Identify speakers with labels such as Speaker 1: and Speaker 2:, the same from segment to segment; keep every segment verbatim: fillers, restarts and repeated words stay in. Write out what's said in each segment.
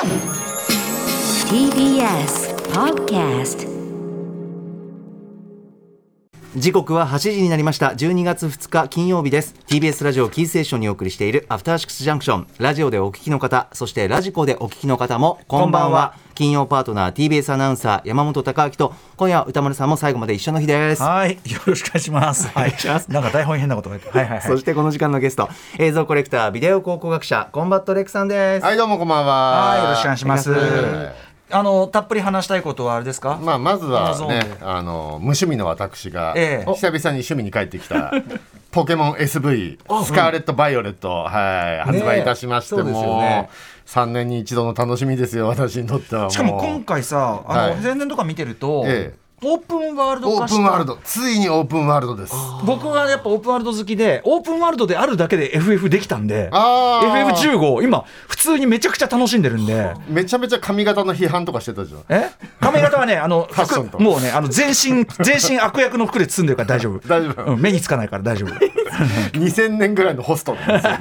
Speaker 1: ティービーエス Podcast。
Speaker 2: 時刻ははちじになりました。じゅうにがつふつか金曜日です。 ティービーエス ラジオキーステーションにお送りしているアフターシックスジャンクション。ラジオでお聞きの方、そしてラジコでお聞きの方もこんばんは。金曜パートナー ティービーエス アナウンサー山本貴明と、今夜は歌丸さんも最後まで一緒の日です。
Speaker 3: はい、よろしくお願いします。はい、なんか台本に変なことが言って、はいはいはい。
Speaker 2: そしてこの時間のゲスト、映像コレクター、ビデオ考古学者コンバットレックさんです。
Speaker 4: はい、どうもこんばんは。
Speaker 3: はい、よろしくお願いします。あのたっぷり話したいことはあれですか。
Speaker 4: まあ、まずはね、あの無趣味の私が、ええ、久々に趣味に帰ってきたポケモン エスブイ スカーレット・バイオレット、はい、発売いたしまして、ね、もう、ね、さんねんに一度の楽しみですよ、私にとっては。もう
Speaker 3: しかも今回さ、あの、はい、前年とか見てると、ええ、オープンワールド化した。
Speaker 4: オープンワールド、ついにオープンワールドです。
Speaker 3: 僕はやっぱオープンワールド好きで、オープンワールドであるだけで エフエフ できたんで、 エフエフじゅうご 今普通にめちゃくちゃ楽しんでるんで。
Speaker 4: めちゃめちゃ髪型の批判とかしてたじゃん。
Speaker 3: え髪型はね、あの服もうね、あの全身全身悪役の服で包んでるから大丈夫。
Speaker 4: 大丈夫、
Speaker 3: うん、目につかないから大丈夫。
Speaker 4: にせんねんぐらいのホストなんですよ、ね、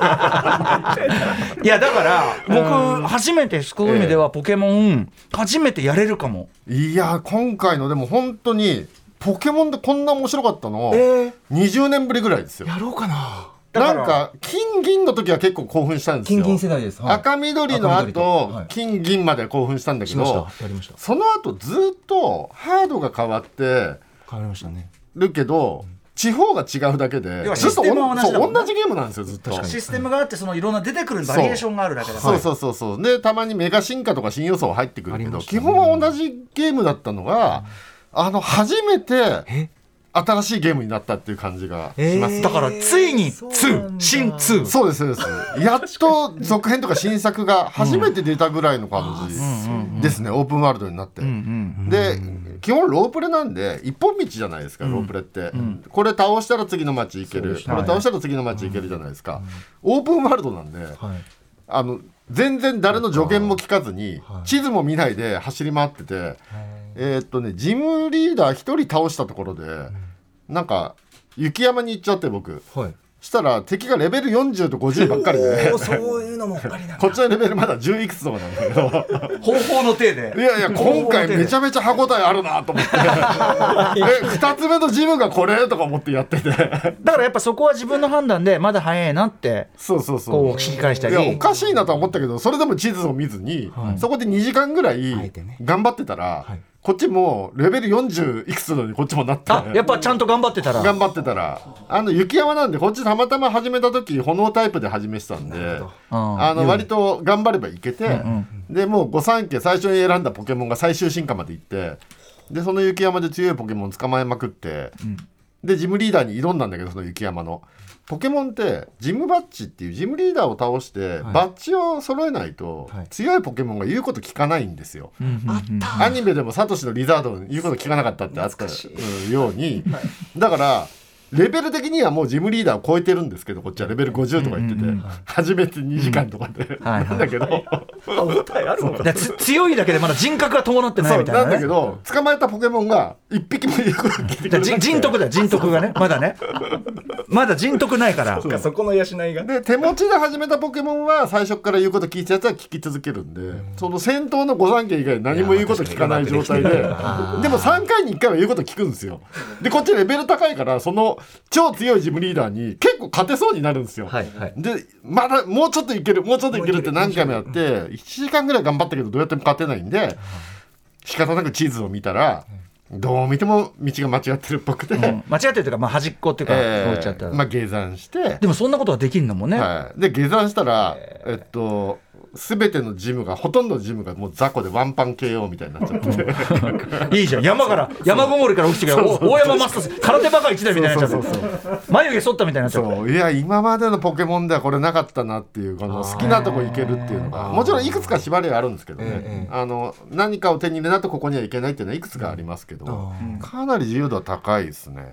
Speaker 3: いやだから僕初めてそういう意味ではポケモン初めてやれるかも。
Speaker 4: いや今回のでも本当にポケモンでこんな面白かったの、えー、にじゅうねんぶりぐらいですよ。
Speaker 2: やろうかな。
Speaker 4: なんか金銀の時は結構興奮したんですよ。
Speaker 2: 金銀世代です、はい、
Speaker 4: 赤緑の後、はい、金銀まで興奮したんだけど、
Speaker 2: やりました。
Speaker 4: その後ずっとハードが変わって
Speaker 2: 変わりましたね
Speaker 4: るけど、地方が違うだけで
Speaker 3: システムは同じだもんね。
Speaker 4: 同じゲームなんですよ、ずっと。
Speaker 3: システムがあって、そのいろんな出てくるバリエーションがあるだけだから。
Speaker 4: そうそうそうそう。でたまにメガ進化とか新要素は入ってくるけど、ね、基本は同じゲームだったのが、うん、あの初めて新しいゲームになったっていう感じがします、えー、
Speaker 3: だからついにに新に
Speaker 4: そうですそうです。やっと続編とか新作が初めて出たぐらいの感じですね、うん、オープンワールドになって、うんうん、で基本ロープレなんで一本道じゃないですか、うん、ロープレって、うん、これ倒したら次の街行ける、これ倒したら次の街行けるじゃないですか、うん、オープンワールドなんで、はい、あの全然誰の助言も聞かずに、はい、地図も見ないで走り回ってて、はい、えーっとね、ジムリーダーひとり倒したところで、うん、なんか雪山に行っちゃって僕、はい、したら敵がレベルよんじゅうとごじゅうばっかりで
Speaker 2: そういうのもありなんだ。
Speaker 4: こっちのレベルまだじゅういくつとかなんだけど
Speaker 3: 方法の手で、
Speaker 4: いやいや今回めちゃめちゃ歯応えあるなと思ってえふたつめのジムがこれとか思ってやっててだ
Speaker 3: からやっぱそこは自分の判断でまだ早いなって
Speaker 4: そうそうそう
Speaker 3: こう引き返したり、
Speaker 4: いやおかしいなとは思ったけど、それでも地図を見ずに、はい、そこでにじかんぐらい頑張ってたら、はい、こっちもレベルよんじゅういくつのにこっちもなって、
Speaker 3: あやっぱちゃんと頑張ってたら
Speaker 4: 頑張ってたらあの雪山なんで、こっちたまたま始めた時炎タイプで始めてたんで、あの割と頑張ればいけて、うんうん、でもう御三家最初に選んだポケモンが最終進化まで行って、でその雪山で強いポケモン捕まえまくって、うん、でジムリーダーに挑んだんだけど、その雪山のポケモンってジムバッジっていうジムリーダーを倒して、はい、バッジを揃えないと強いポケモンが言うこと聞かないんですよ、はい、アニメでもサトシのリザードの言うこと聞かなかったってあったように、はい、だからレベル的にはもうジムリーダーを超えてるんですけど、こっちはレベルごじゅうとか言ってて、うんうんうん、初めてにじかんとかで、うん、なんだけど、はいはい、あるのか
Speaker 3: 強いだけでまだ人格が伴ってないみたいな、ね、
Speaker 4: そうなんだけど捕まえたポケモンが一匹も言うこと聞いてくれない。
Speaker 3: 人徳だ、人徳がねまだねまだ人徳ないから、
Speaker 2: そ, そこの養いが
Speaker 4: で手持ちで始めたポケモンは最初から言うこと聞いてたやつは聞き続けるんで、うん、その戦闘の御三家以外何も言うこと聞かない状態で、でもさんかいにいっかいは言うこと聞くんですよ。でこっちレベル高いからその超強いジムリーダーに結構勝てそうになるんですよ、はいはい、でまだもうちょっといけるもうちょっといけるって何回もやっていちじかんぐらい頑張ったけどどうやっても勝てないんで、仕方なく地図を見たらどう見ても道が間違ってるっぽくて、うん、
Speaker 3: 間違ってるというか、まあ、端っこっていうか、えー、置いちゃったら、
Speaker 4: まあ、下山して、
Speaker 3: でもそんなことはできるんだもんね、
Speaker 4: はい、で下山したら、えー、えっと全てのジムがほとんどのジムがもう雑魚でワンパン ケーオー みたいになっちゃって
Speaker 3: いいじゃん、山から山ごもりから起きてきた大山マスター空手バカ一台みたいになっちゃって眉毛剃ったみたいになっちゃって、
Speaker 4: そういや今までのポケモンではこれなかったなっていう、この好きなとこ行けるっていうのがもちろんいくつか縛りはあるんですけどね、えー、あの何かを手に入れないとここには行けないっていうのはいくつかありますけど、かなり自由度は高いですね。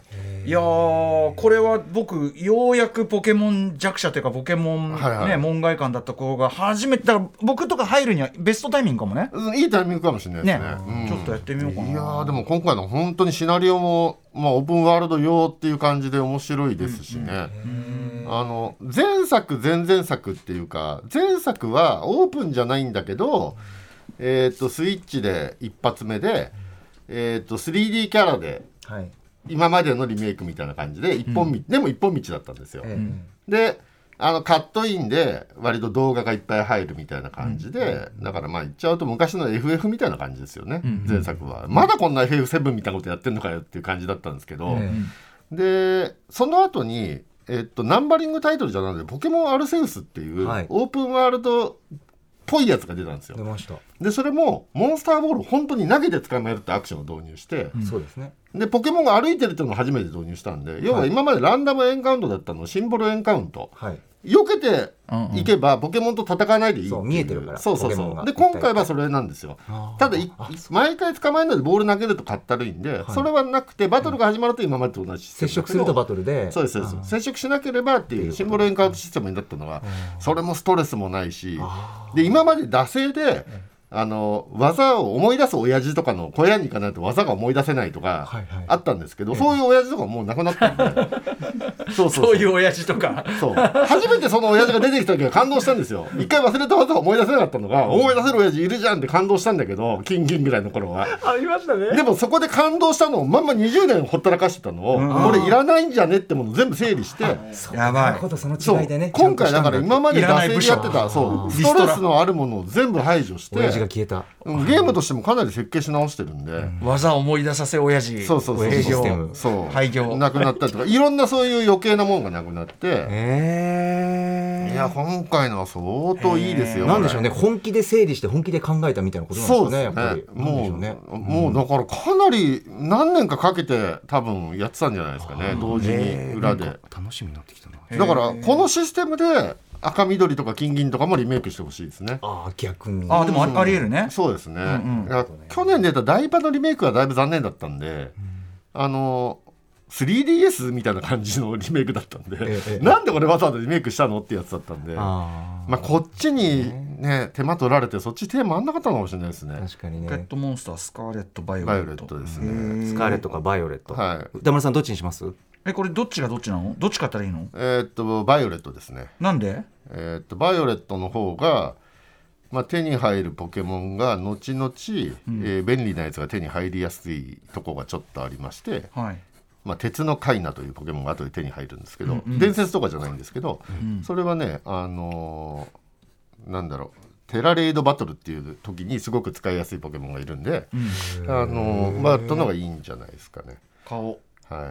Speaker 3: いやーこれは僕ようやくポケモン弱者というかポケモン、ねはいはい、門外漢だった子が初めてだから僕とか入るにはベストタイミングかもね、
Speaker 4: うん、いいタイミングかもしれないですね、ね
Speaker 3: うん、ちょっとやってみようかな。
Speaker 4: いやーでも今回の本当にシナリオも、まあ、オープンワールド用っていう感じで面白いですしね、うんうん、あの前作前々作っていうか前作はオープンじゃないんだけど、えー、とスイッチで一発目で、えー、と スリーディー キャラで、はい、今までのリメイクみたいな感じで一本道、うん、でも一本道だったんですよ、うん、であのカットインで割と動画がいっぱい入るみたいな感じで、うん、だからまあ言っちゃうと昔の エフエフ みたいな感じですよね、うん、前作はまだこんな エフエフセブン みたいなことやってんのかよっていう感じだったんですけど、うん、でその後に、えっと、ナンバリングタイトルじゃなくてポケモンアルセウスっていう、はい、オープンワールドぽいやつが出たんですよ。
Speaker 2: 出ました。
Speaker 4: でそれもモンスターボールを本当に投げて捕まえるってアクションを導入して、
Speaker 2: うん、そうですね。
Speaker 4: でポケモンが歩いてるっていうのを初めて導入したんで、要は今までランダムエンカウントだったのをシンボルエンカウント、はい、避けていけばポケモンと戦わないでいいっていう、
Speaker 2: そう見えてるから
Speaker 4: そうそうそうで今回はそれなんですよ。ただ毎回捕まえるのでボール投げるとかったるいんで、はい、それはなくてバトルが始まると今までと同じシステム、
Speaker 2: 接触するとバトルで
Speaker 4: そうですそうです接触しなければっていうシンボルエンカウントシステムになったのはそれもストレスもないし、で今まで惰性であの技を思い出す親父とかの小屋に行かないと技が思い出せないとかあったんですけど、はいはい、そういう親父とかもうなくなったんで
Speaker 3: そうそうそうそういう親父とか
Speaker 4: そう初めてその親父が出てきた時は感動したんですよ。一回忘れた技が思い出せなかったのが思い出せる親父いるじゃんって感動したんだけど、金銀ぐらいの頃は
Speaker 3: ありましたね。
Speaker 4: でもそこで感動したのをまんまにじゅうねんほったらかしてたのを、うん、これいらないんじゃねってものを全部整理して
Speaker 2: やばいその違いでね、
Speaker 4: 今回だから今まで惰性でやってたそうストレスのあるものを全部排除して
Speaker 2: 親父が消えた、
Speaker 4: うんゲームとしてもかなり設計し直してるんで、うん、
Speaker 3: 技を思い出させ親父
Speaker 4: そうそうそうシステムそう廃業なくなったりとかいろんなそういう余計なものがなくなって、えー、いや今回のは相当いいですよ。
Speaker 2: なんでしょうね、本気で整理して本気で考えたみたいなことなんですかね。やっぱり
Speaker 4: もう、ね、もうだからかなり何年かかけて多分やってたんじゃないですかね、同時に裏で。
Speaker 2: 楽しみになってきたな。
Speaker 4: だからこのシステムで赤緑とか金銀とかもリメイクしてほしいですね。
Speaker 2: ああ逆に
Speaker 3: あでも あ, ありえるね。
Speaker 4: そうですね、うんうん、去年出たダイパのリメイクはだいぶ残念だったんで、うん、あの スリーディーエス みたいな感じのリメイクだったんで、ええ、なんでこれわざわざリメイクしたのってやつだったんで、あ、まあ、こっちに、ね、手間取られてそっち手回んなかったのかもしれないですね。
Speaker 2: 確かにね。
Speaker 3: ペットモンスタースカーレットバイオレット、
Speaker 4: バイオレットですね。
Speaker 2: スカーレットかバイオレット、
Speaker 4: はい、
Speaker 2: 歌丸さんどっちにします？
Speaker 3: えこれどっちがどっちなの？どっち買ったらいいの？
Speaker 4: えー、っとバイオレットですね。
Speaker 3: なんで？
Speaker 4: えー、っとバイオレットの方が、まあ、手に入るポケモンが後々、うんえー、便利なやつが手に入りやすいとこがちょっとありまして、はいまあ、鉄のカイナというポケモンが後で手に入るんですけど、うんうん、伝説とかじゃないんですけど、うん、それはね、あのー、なんだろうテラレイドバトルっていう時にすごく使いやすいポケモンがいるんで、うん、あのー、まあとのがいいんじゃないですかね。
Speaker 3: 顔はい、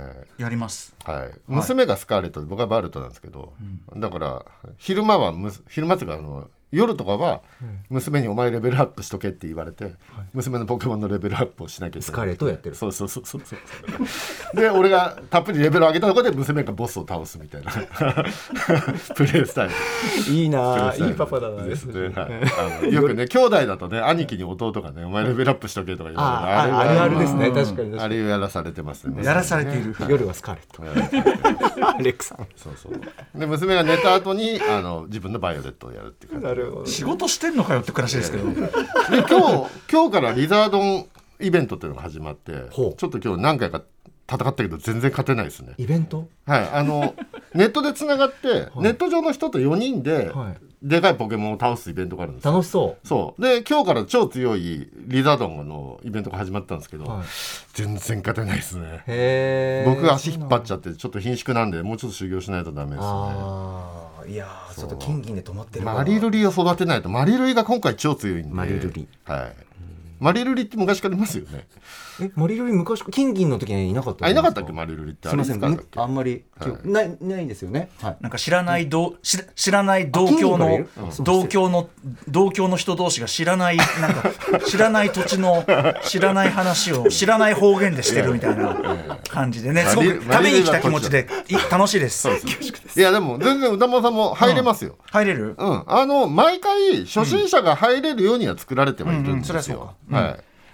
Speaker 3: やります、
Speaker 4: はい、娘がスカーレットで僕はバルトなんですけど、うん、だから昼間はむ昼間というかあの夜とかは娘にお前レベルアップしとけって言われて、はい、娘のポケモンのレベルアップをしなきゃいけない。
Speaker 2: スカーレットをやってる。
Speaker 4: そうそうそうそうそうで俺がたっぷりレベルを上げたところで娘がボスを倒すみたいなプレイスタイル。
Speaker 2: いいないいパパだなですね、はい、
Speaker 4: あのよくね兄弟だとね兄貴に弟がねお前レベルアップしとけとか言われる
Speaker 2: あ, あ, あるあるですね。確かに
Speaker 4: あれをやらされてますね。
Speaker 3: やらされている、
Speaker 2: はい、夜はスカーレットレックさん
Speaker 4: そうそうで娘が寝た後にあの自分のバイオレットをやるっていう感じ。
Speaker 3: なるほど。仕事してんのかよって暮らしですけどで
Speaker 4: 今日今日からリザードンイベントっていうのが始まってちょっと今日何回か戦ったけど全然勝てないですね。
Speaker 2: イベント？
Speaker 4: はいあのネットでつながって、はい、ネット上の人とよにんで、はい、でかいポケモンを倒すイベントがあるんですよ。
Speaker 2: 楽しそう。
Speaker 4: そうで今日から超強いリザードンのイベントが始まったんですけど、はい、全然勝てないですね。へ僕が足引っ張っちゃってちょっと貧縮なんでもうちょっと修行しないとダメですね。
Speaker 2: あいやちょっと金銀で止まってるから
Speaker 4: マリルリを育てないと。マリルリが今回超強いんで。
Speaker 2: マリルリ
Speaker 4: はいマリルリって昔からいますよね。
Speaker 2: えマリルリ昔金銀の時にいなかった。
Speaker 4: あいなかったっけマリルリって。
Speaker 2: すみませんあんまり、はい、ないないですよね、はい、
Speaker 3: なんか知らないど知知らない同郷の同郷の同郷の人同士が知らないなんか知らない土地の知らない話を知らない方言でしてるみたいな感じでねすごく食べに来た気持ちで楽しいです。そう
Speaker 4: いやでも全然歌丸さんも入れますよ、
Speaker 3: うん、入れる、
Speaker 4: うん、あの毎回初心者が入れるようには作られてはいるんですよ、うんうんうん、それはそうか、
Speaker 3: はい、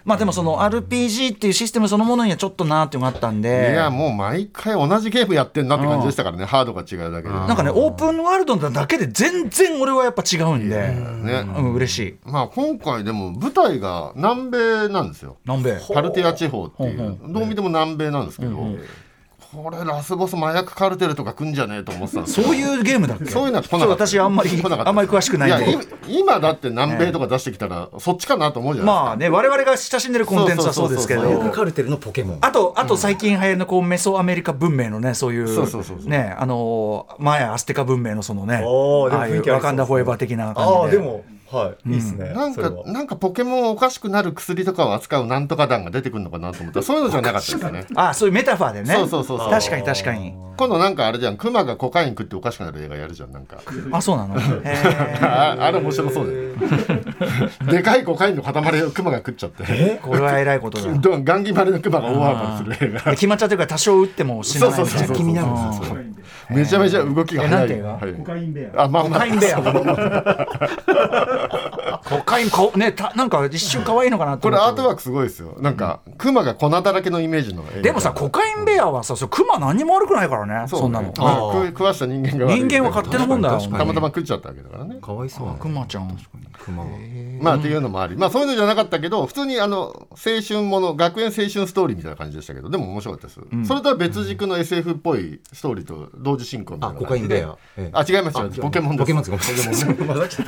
Speaker 3: まあでもその アールピージー っていうシステムそのものにはちょっとなーっていうのがあったんで、
Speaker 4: いやもう毎回同じゲームやってんなって感じでしたからね、うん、ハードが違うだけで、
Speaker 3: なんかねオープンワールドだけで全然俺はやっぱ違うんで、ね、うん、嬉しい。
Speaker 4: まあ今回でも舞台が南米なんですよ。
Speaker 3: 南米
Speaker 4: パルティア地方っていう、どう見ても南米なんですけど、うんうん、これラスボス麻薬カルテルとか来んじゃねえと思ってたんですよ。
Speaker 3: そういうゲームだっけ。
Speaker 4: そういうのは来なかった。
Speaker 3: 私あんまりあんまり詳しくないんで。
Speaker 4: いや今だって南米とか出してきたら、ね、そっちかなと思うじゃないですか。
Speaker 3: まあね、我々が親しんでるコンテンツはそうですけど、
Speaker 2: 麻薬カルテルのポケモン、
Speaker 3: あとあと最近流行りのこうメソアメリカ文明のね、そういう
Speaker 4: そうそうそうそう
Speaker 3: ね、あのマヤアステカ文明のそのね、
Speaker 2: ああいう
Speaker 3: ワカンダフォーエバー的な感じで。
Speaker 2: ああでもはい、いいですね、
Speaker 4: うん、なんかなんかポケモンおかしくなる薬とかを扱うなんとか団が出てくるのかなと思ったら、そういうのじゃなかったですよね。
Speaker 3: ああ、そういうメタファーでね。
Speaker 4: そうそうそうそう、
Speaker 3: 確かに確かに。
Speaker 4: 今度なんかあれじゃん、クマがコカイン食っておかしくなる映画やるじゃん、なんか。
Speaker 3: あ、そうなの。へ
Speaker 4: あ, あれ面白そうででかいコカインの塊をクマが食っちゃって、
Speaker 3: これは偉いことだ。
Speaker 4: ガンギマレのクマが大暴れする映画。
Speaker 3: 決まっちゃってるから多少打っても死なないみたいな。
Speaker 2: そうそうそうそう、気になるんですよ。
Speaker 4: めちゃめちゃ動きが速い。
Speaker 3: えー、なんていうの、
Speaker 4: コ
Speaker 3: カインベア。
Speaker 4: あ、まあまあ、
Speaker 3: コカインベア。コカインかね、たなんか一瞬可愛いのかなと思って。
Speaker 4: これアートワークすごいですよ。なんかクマが粉だらけのイメージの映画。
Speaker 3: でもさ、コカインベアはさ、クマ何にも悪くないからね。そ, そんなの。
Speaker 4: 食, 食わした人間が悪い。
Speaker 3: 人間は勝手なもんだよ。
Speaker 4: たまたま食っちゃったわけだからね。
Speaker 2: かわいそうな。
Speaker 3: クマちゃん。
Speaker 2: 確かにクマは。
Speaker 4: まあっていうのもあり、まあそういうのじゃなかったけど、普通にあの青春もの、学園青春ストーリーみたいな感じでしたけど、でも面白かったです。うん、それとは別軸の エスエフ っぽいストーリーと同時進行みたいな。
Speaker 2: あ、コカインベア。
Speaker 4: ええ、あ、違いますよ。ポケモンです。
Speaker 2: ポケモンです。ポケモン。混ざっちゃった。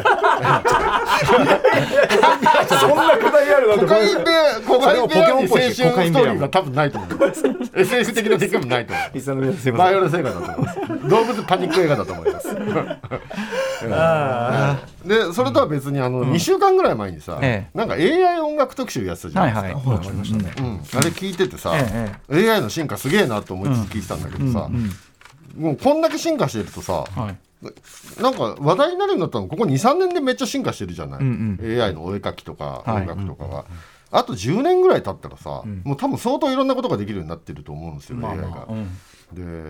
Speaker 3: そんなくだりある
Speaker 4: コカインベア、コカインベアに青春ストーリーが多分ないと思う。エスエフ 的なテクもないと思う。バイオレンス映画だと思います。動物パニック映画だと思います。でそれとは別にあのにしゅうかんぐらい前にさ、なんか エーアイ 音楽特集やってたじゃないですか。あれ聞いててさ、 エーアイ の進化すげえなと思いつつ聞いてたんだけどさ、もうこんだけ進化してるとさ、なんか話題になるようになったのここ にさんねんでめっちゃ進化してるじゃない、うんうん、エーアイ のお絵描きとか音楽とかが、あとじゅうねんぐらい経ったらさ、もう多分相当いろんなことができるようになってると思うんですよ、まあまあ、エーアイ が、うん、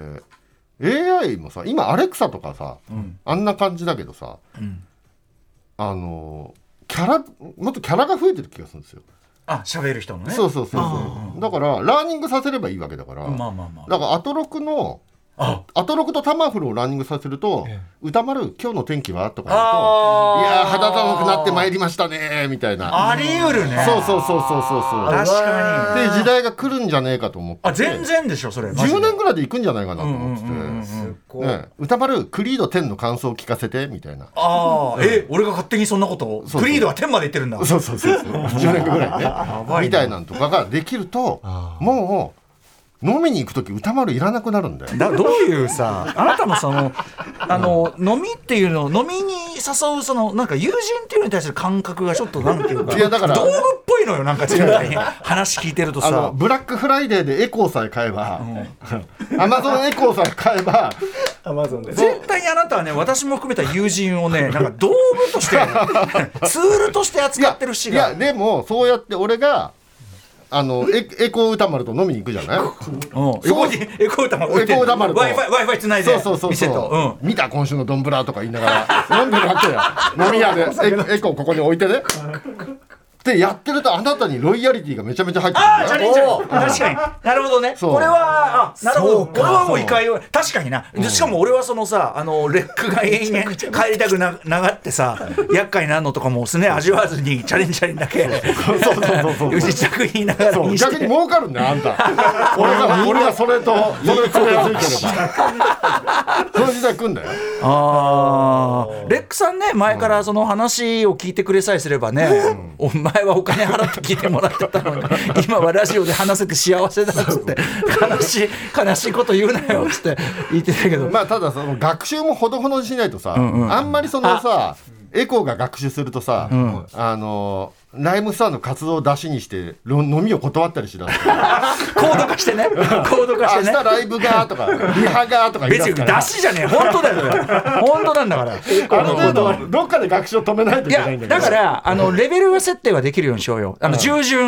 Speaker 4: で エーアイ もさ今アレクサとかさ、うん、あんな感じだけどさ、うん、あのキャラもっとキャラが増えてる気がするんですよ。
Speaker 3: あ、喋る人のね。
Speaker 4: そうそうそうそう。だからラーニングさせればいいわけだから、まあまあまあ、だからアトロクのあアトロクとタマフルをランニングさせると、ええ、歌丸今日の天気はとか言うと、いや肌寒くなってまいりましたねみたいな。
Speaker 3: あり得るね。
Speaker 4: そうそうそうそうそうそう。
Speaker 3: 確かに。
Speaker 4: で時代が来るんじゃねえかと思って。
Speaker 3: あ、全然でしょそれ。
Speaker 4: じゅうねんぐらいで行くんじゃないかなと思ってて、ね、歌丸クリードじゅうの感想を聞かせてみたいな。
Speaker 3: ああ、え、俺が勝手にそんなことを。クリードはじゅうまで行ってるんだ。
Speaker 4: そうそうそうそう。じゅうねんぐらいね。みたいなんとかができると、もう飲みに行くとき歌丸いらなくなるんだよ。
Speaker 3: だどういうさ、あなたもそのあの、うん、飲みっていうの飲みに誘うそのなんか友人っていうのに対する感覚がちょっとなんていうか、いやだから道具っぽいのよ、なんか違う話聞いてるとさ、あの
Speaker 4: ブラックフライデーでエコーさえ買えば、うん、アマゾンエコーさえ買えば
Speaker 3: アマゾンで絶対にあなたはね、私も含めた友人をね、なんか道具としてツールとして扱ってるし、
Speaker 4: いや、いやでもそうやって俺があのエ, エコー歌丸と飲みに行くじゃない。うん、エ
Speaker 3: コー歌丸置いてる。エコー歌丸と Wi-Fi つないで。
Speaker 4: そうそうそうそう、うん、見た今週のドンブラとか言いながら飲んでるわけや。飲み屋でエ, エコーここに置いてねでやってると、あなたにロイヤリティがめちゃめちゃ入ってるんだよ。
Speaker 3: あ、チャレンジャー。確かに。なるほどね。これは、あ、なるほど。俺はもう一回、確かにな。しかも俺はそのさ、あのレックが延々帰りたくながってさ、厄介なのとかもすね味わわずにチャレンジャーにだけ。そうそうそうそう。自宅言いながらにして。
Speaker 4: 逆に儲かるんだよ、あんた。俺が俺がそれとそれそれついてれば。その時代来んだよ。
Speaker 3: ああ。レックさんね、前からその話を聞いてくれさえすればね、お前前はお金払って聞いてもらってたのに今はラジオで話せて幸せだっつって悲しい悲しいこと言うなよっつって言ってたけど、
Speaker 4: まあただその学習もほどほどにしないとさ、うんうん、あんまりそのさエコーが学習するとさ、うん、あのライムスターの活動を出しにして飲みを断ったりしだす
Speaker 3: コード化してねコード化してね
Speaker 4: 明日ライブがとかリハがとか言い出すから
Speaker 3: 別に出しじゃねえ本当だよ本当なんだから
Speaker 4: あの程度どっかで学習を止めないといけないんだけど、
Speaker 3: いやだからあのレベル設定はできるようにしようよ、あの従順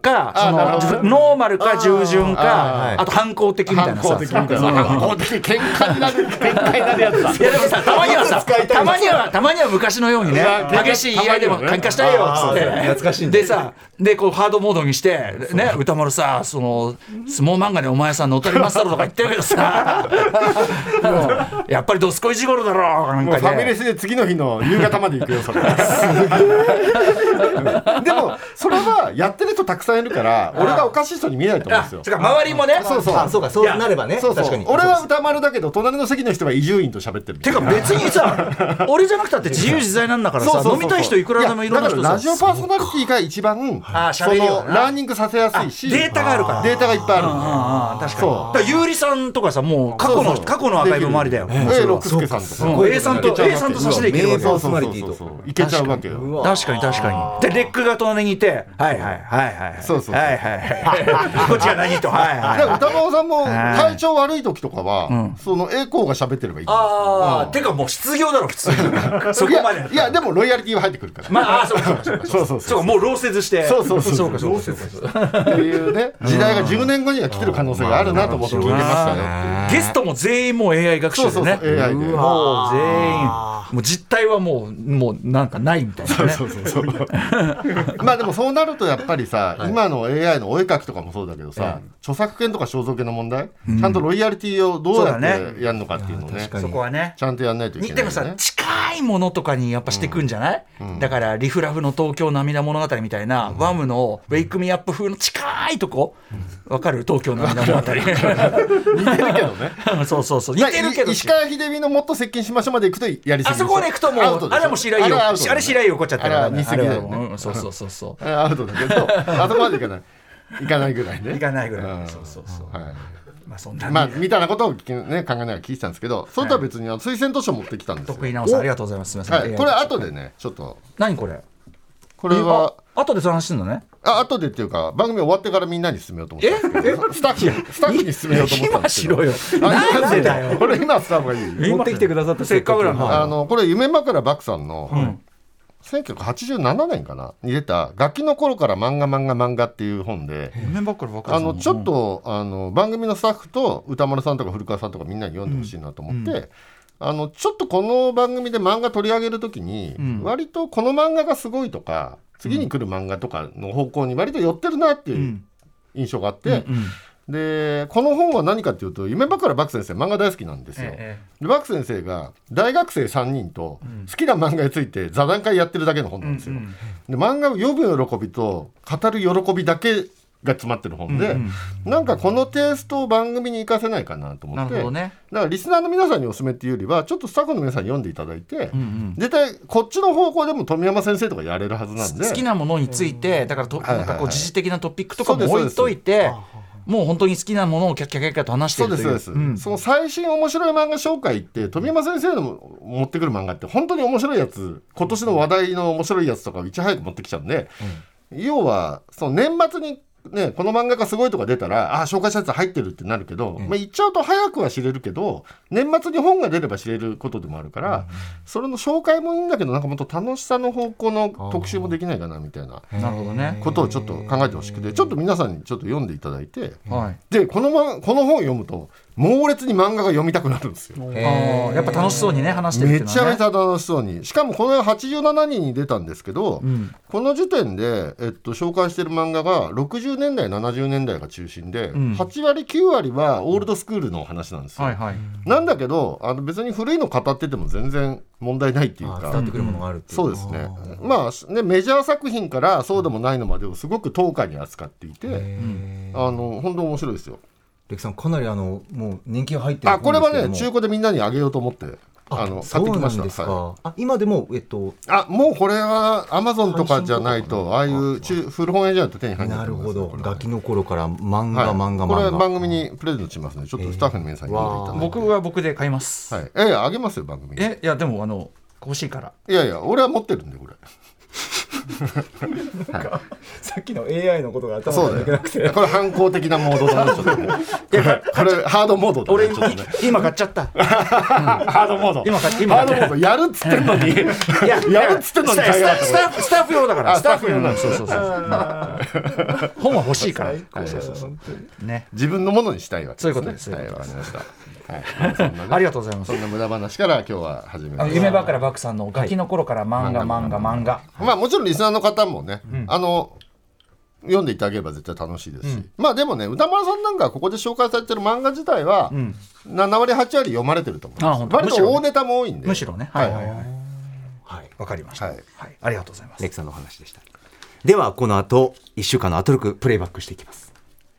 Speaker 3: かそのノーマルか従順か あ, あと反抗的みたいなさ、反抗的みたいな反抗的喧嘩になる喧嘩になるやつだ。いやでもさたまにはさたまにはたまには昔のようにね激しい言い合いでも喧嘩したいよっつって懐かしいでさでこうハードモードにしてね歌丸さその相撲漫画でお前さ乗っ取りますだろとか言ってるけどさもうやっぱりどすこいじごろだろなんか、ね、もうファミレスで次の日の夕方まで行くよそれでもそれはやってる人たくさんいるから俺がおかしい人に見えないと思うんですよ。それから周りもねそうそうあそうかそうなればねそうそう確かに俺は歌丸だけど隣の席の人は伊集院と喋ってるてか別にさ俺じゃなくたって自由自在なんだからさそうそうそうそう飲みたい人いくらでもいろんな人さラジオパーソナリティが一番そのラーニングさせやすいしデータがあるからデータがいっぱいあるああ確かにそうだからゆうりさんとかさもう過去の過去のアーカイブもありだよ A 六輔さんとか A さんと A さんと差しでいけるわけよパーソナリティといけちゃうわけよ確かに確かにでレックが隣にいてはいはいはいはいそうそうはいはいこっちが何とはいはい歌丸さんも体調悪い時とかはその A コーが喋ってればいいああてかもう失業だろ普通そこまでいやでもロイヤリティは入ってくるからまあそうかそうかそうそうそうもう労せずしてそうそうそうそうかそうかそうかっていうね時代がじゅうねんごには来てる可能性があるなと思って聞いてましたよ。ゲストも全員もう エーアイ 学習でね エーアイ でもう全員もう実態はもうもうなんかないみたいなねそうそうそうそうまあでもそうなるとやっぱりさ今の エーアイ のお絵描きとかもそうだけどさ著作権とか肖像権の問題ちゃんとロイヤリティをどうやってやるのかっていうのをねそこはねちゃんとやんないといけないでもさ近いものとかにやっぱしてくんじゃないだからリフラフの東京涙物語みたいなワムのウェイクミアップ風の近いとこわかる東京涙物語似てるけどねそうそうそう似てるけど石川秀美のもっと接近しましょうまで行くとやりすぎあそこで行くともうあれも白井よあれ白井よ怒っちゃったから似すぎだよねそうそうそうそうアウトだけどあそこまでいかないいかないぐらいねいかないぐらいそうそうそうまあそんなまあみたいなことをね考えながら聞いてたんですけどそれとは別に推薦図書持ってきたんですよ得意直さんありがとうございますすみませんこれ後でねちょっと何これこれは後でその話するのねあ後でっていうか番組終わってからみんなに進めようと思ってたんですけどスタッフスタッフに進めようと思ったんですけど今しろよなんでだよこれ今スタッフがいい持ってきてくださったせっかくなのあのこれ夢枕漠さんの、うんせんきゅうひゃくはちじゅうななねんかなに出たガキの頃から漫画漫画漫画っていう本であのちょっとあの番組のスタッフと歌丸さんとか古川さんとかみんなに読んでほしいなと思って、うん、あのちょっとこの番組で漫画取り上げるときに、うん、割とこの漫画がすごいとか次に来る漫画とかの方向に割と寄ってるなっていう印象があって、うんうんうんでこの本は何かっていうと夢枕漠先生漫画大好きなんですよ、ええ、で漠先生が大学生さんにんと好きな漫画について座談会やってるだけの本なんですよ、うんうん、で漫画を読む喜びと語る喜びだけが詰まってる本で、うんうん、なんかこのテイストを番組に活かせないかなと思って、なるほどね、だからリスナーの皆さんにお勧めっていうよりはちょっとスタッフの皆さんに読んでいただいて、うんうん、絶対こっちの方向でも富山先生とかやれるはずなんで好きなものについてだからと、うん、なんかこう時事的なトピックとかも置いといてもう本当に好きなものをキャッキャキャッキャと話してるというそうですそうです、うん、その最新面白い漫画紹介って富山先生の持ってくる漫画って本当に面白いやつ今年の話題の面白いやつとかをいち早く持ってきちゃうんで、うん、要はその年末にね、この漫画がすごいとか出たらあ紹介したやつ入ってるってなるけど、うんまあ、言っちゃうと早くは知れるけど年末に本が出れば知れることでもあるから、うん、それの紹介もいいんだけどなんかもっと楽しさの方向の特集もできないかなみたいなことをちょっと考えてほしくてちょっと皆さんにちょっと読んでいただいて、はい、でこの、ま、この本を読むと猛烈に漫画が読みたくなるんですよ。あやっぱ楽しそうにね話してるっていうのはねめちゃめちゃ楽しそうにしかもこのはちじゅうななにんに出たんですけど、うん、この時点で、えっと、紹介してる漫画がろくじゅうねんだいななじゅうねんだいが中心で、うん、はちわりきゅうわりはオールドスクールの話なんですよ、はいはい、なんだけどあの別に古いの語ってても全然問題ないっていうか伝わってくるものがあるっていう、そうですねまあねメジャー作品からそうでもないのまでをすごく等価に扱っていてあの本当面白いですよ。レキさんかなりあのもう人気が入ってるんですけどもあこれはね中古でみんなにあげようと思ってあの買ってきました。ですか、はい、あ今でも、えっと、あもうこれはアマゾンとかじゃないとああいう中古本屋じゃないと手に入らないと思います。なるほどガキの頃から漫画、はい、漫画漫画これ番組にプレゼントしますのでちょっとスタッフの皆さんに読んでいただいて、えー、僕は僕で買います、はい、えいやあげますよ番組にえいやでもあの欲しいからいやいや俺は持ってるんでこれなんかさっきの エーアイ のことが頭
Speaker 4: そうだ
Speaker 3: に抜けなくて
Speaker 4: よこれ反抗的なモードだねちょっとねこれこれハードモードだね
Speaker 3: 俺
Speaker 4: ちょっとね
Speaker 3: 今買っちゃった、うん、
Speaker 4: ハードモード
Speaker 3: 今買っ今
Speaker 4: ハ
Speaker 3: 買っ
Speaker 4: ードモードやるっつってんのに
Speaker 3: いや
Speaker 4: やるっつってんのに買いやがった
Speaker 3: スタッフスタッフ用だから
Speaker 4: あ
Speaker 3: スタッフ用なの
Speaker 4: スタッフ用
Speaker 3: そうそうそう本は欲しいから
Speaker 4: はい
Speaker 3: そうそうそうね
Speaker 4: 自分のものにしたいわけですね。
Speaker 3: そういうことです
Speaker 4: はい、わかりました。はい、そんなね
Speaker 3: ありがとうございます
Speaker 4: そんな無駄話から今日は始め
Speaker 3: あの
Speaker 4: ます。
Speaker 3: 夢ばからバクさんのガキの頃から漫画漫画漫画
Speaker 4: まあもちろんリスナーの方もね、あの読んでいただければ絶対楽しいですし、まあでもね歌丸さんなんかここで紹介されてる漫画自体はななわりはちわり読まれてると思います。
Speaker 3: あ本当
Speaker 4: 割と大ネタも多いんで。
Speaker 3: むしろね
Speaker 4: は
Speaker 3: はいいはいはい
Speaker 2: はい、
Speaker 3: わかりました、
Speaker 4: はい
Speaker 3: はい、ありがとうございます
Speaker 2: レクさんのお話でした。ではこの後いっしゅうかんのアトロクプレイバックしていきます。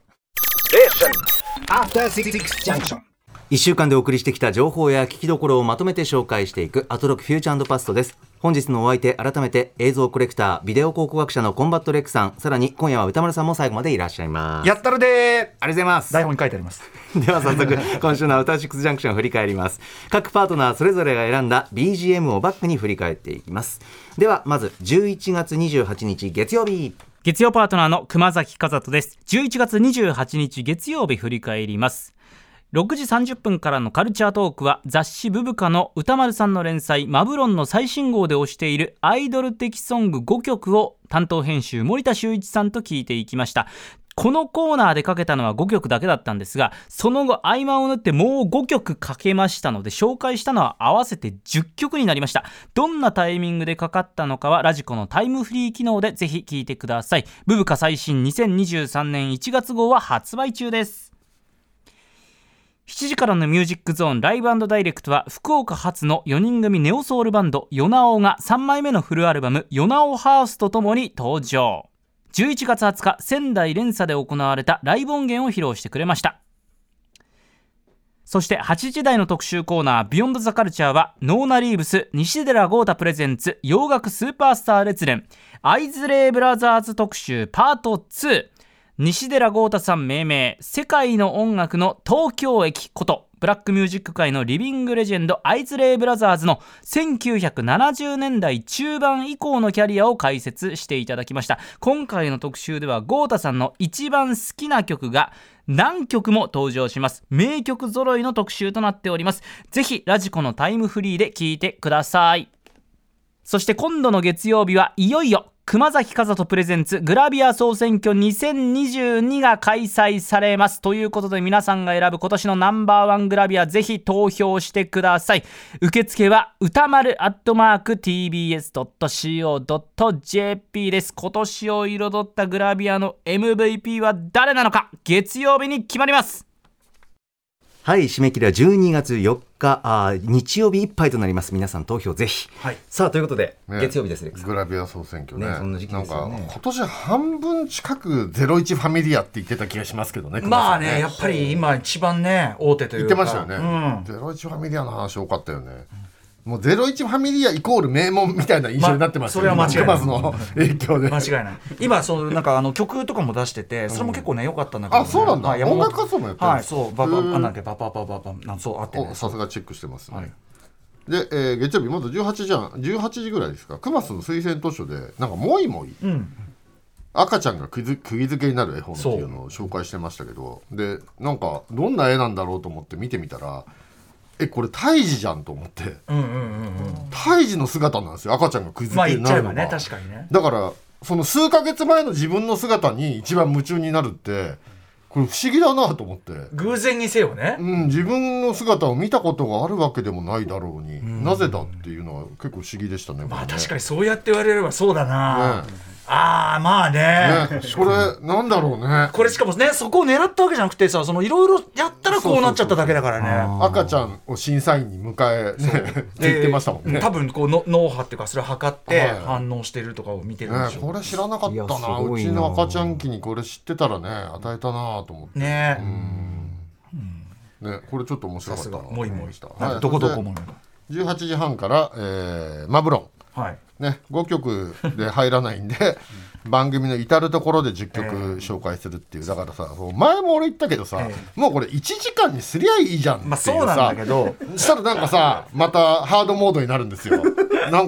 Speaker 2: いっしゅうかんでお送りしてきた情報や聞きどころをまとめて紹介していくアトロクフューチャー&パストです。本日のお相手、改めて映像コレクター、ビデオ考古学者のコンバットレックさん、さらに今夜は歌丸さんも最後までいらっしゃいます。
Speaker 3: やったるでー
Speaker 2: ありがとうございます。
Speaker 3: 台本に書いてあります
Speaker 2: では早速今週のアウターシックスジャンクションを振り返ります。各パートナーそれぞれが選んだ ビージーエム をバックに振り返っていきます。ではまずじゅういちがつにじゅうはちにち月曜日、
Speaker 5: 月曜パートナーの熊崎和人です。じゅういちがつにじゅうはちにち月曜日振り返ります。ろくじさんじゅっぷんからのカルチャートークは雑誌ブブカの歌丸さんの連載マブロンの最新号で推しているアイドル的ソングごきょくを担当編集森田修一さんと聞いていきました。このコーナーでかけたのはごきょくだけだったんですが、その後合間を縫ってもうごきょくかけましたので、紹介したのは合わせてじゅっきょくになりました。どんなタイミングでかかったのかはラジコのタイムフリー機能でぜひ聞いてください。ブブカ最新にせんにじゅうさんねんいちがつ号は発売中です。しちじからのミュージックゾーンライブ&ダイレクトは福岡発のよにん組ネオソウルバンドヨナオがさんまいめのフルアルバムヨナオハウスとともに登場。じゅういちがつはつか仙台連鎖で行われたライブ音源を披露してくれました。そしてはちじ台の特集コーナービヨンドザカルチャーはノーナリーブス西寺豪太プレゼンツ洋楽スーパースター列伝アイズレイブラザーズ特集パートツー、西寺豪太さん命名世界の音楽の東京駅ことブラックミュージック界のリビングレジェンドアイズレイブラザーズのせんきゅうひゃくななじゅうねんだい中盤以降のキャリアを解説していただきました。今回の特集では豪太さんの一番好きな曲が何曲も登場します。名曲揃いの特集となっております。ぜひラジコのタイムフリーで聞いてください。そして今度の月曜日はいよいよ熊崎和人プレゼンツグラビア総選挙にせんにじゅうにが開催されます。ということで皆さんが選ぶ今年のナンバーワングラビアぜひ投票してください。受付は歌丸アットマーク ティービーエスドットシーオードットジェーピー です。今年を彩ったグラビアの エムブイピー は誰なのか月曜日に決まります。
Speaker 2: はい、締め切りはじゅうにがつよっか、あ日曜日いっぱいとなります。皆さん投票ぜひ、はい、さあということで、ね、月曜日です。レックさん
Speaker 4: グラビア総選挙ね、
Speaker 2: ねそんな時期ですよね。
Speaker 4: なんか今年半分近くゼロイチファミリアって言ってた気がしますけどね。
Speaker 3: まあねやっぱり今一番ね大手というか
Speaker 4: 言ってましたよね、うん、ゼロイチファミリアの話多かったよね、うんもうゼロイチファミリアイコール名門みたいな印象になってますよね、
Speaker 3: ま、それは間違いない
Speaker 4: 熊の影響で
Speaker 3: 間違いない。今そうなんかあの曲とかも出しててそれも結構ね良かったんだけど、ね、
Speaker 4: あそうなんだ、はい、音楽活動もやってるん
Speaker 3: はいそうババなんだっけバババババなんそうあって、ね、
Speaker 4: さすがチェックしてますね、はい、で、えー、月曜日まずじゅうはちじゃんじゅうはちじぐらいですか。熊須の推薦図書でなんかもいもい、うん、赤ちゃんがくぎづけになる絵本っていうのを紹介してましたけど、でなんかどんな絵なんだろうと思って見てみたらえこれ胎児じゃんと思って、うんうんうんうん、胎児の姿なんですよ赤ちゃんがくぎづけになるのが、まあ、言っちゃえばね確かにね。だからその数ヶ月前の自分の姿に一番夢中になるってこれ不思議だなと思って。
Speaker 3: 偶然にせよね、
Speaker 4: うん、自分の姿を見たことがあるわけでもないだろうに、うん、なぜだっていうのは結構不思議でしたね。
Speaker 3: まあ確かにそうやって言われればそうだな、ねああまあ ね,
Speaker 4: ねこれなんだろうね
Speaker 3: これしかもねそこを狙ったわけじゃなくてさいろいろやったらこうなっちゃっただけだからね。
Speaker 4: 赤ちゃんを審査員に迎えって言ってましたもんね。
Speaker 3: 多分こうの脳波っていうかそれを測って反応してるとかを見てるんでしょう、
Speaker 4: ね、これ知らなかったな。うちの赤ちゃん期にこれ知ってたらね与えたなと思ってねうんねこれちょっと面白かったな。
Speaker 3: もいもいした、
Speaker 4: はい、
Speaker 3: どこどこも
Speaker 4: じゅうはちじはんから、えー、マブロンはいね、ごきょくで入らないんで番組の至るところでじゅっきょく紹介するっていう。だからさ前も俺言ったけどさ、えー、もうこれいちじかんにすりゃいいじゃんっていうさ、まあ、そうなんだけどしたらなんかさまたハードモードになるんですよなんか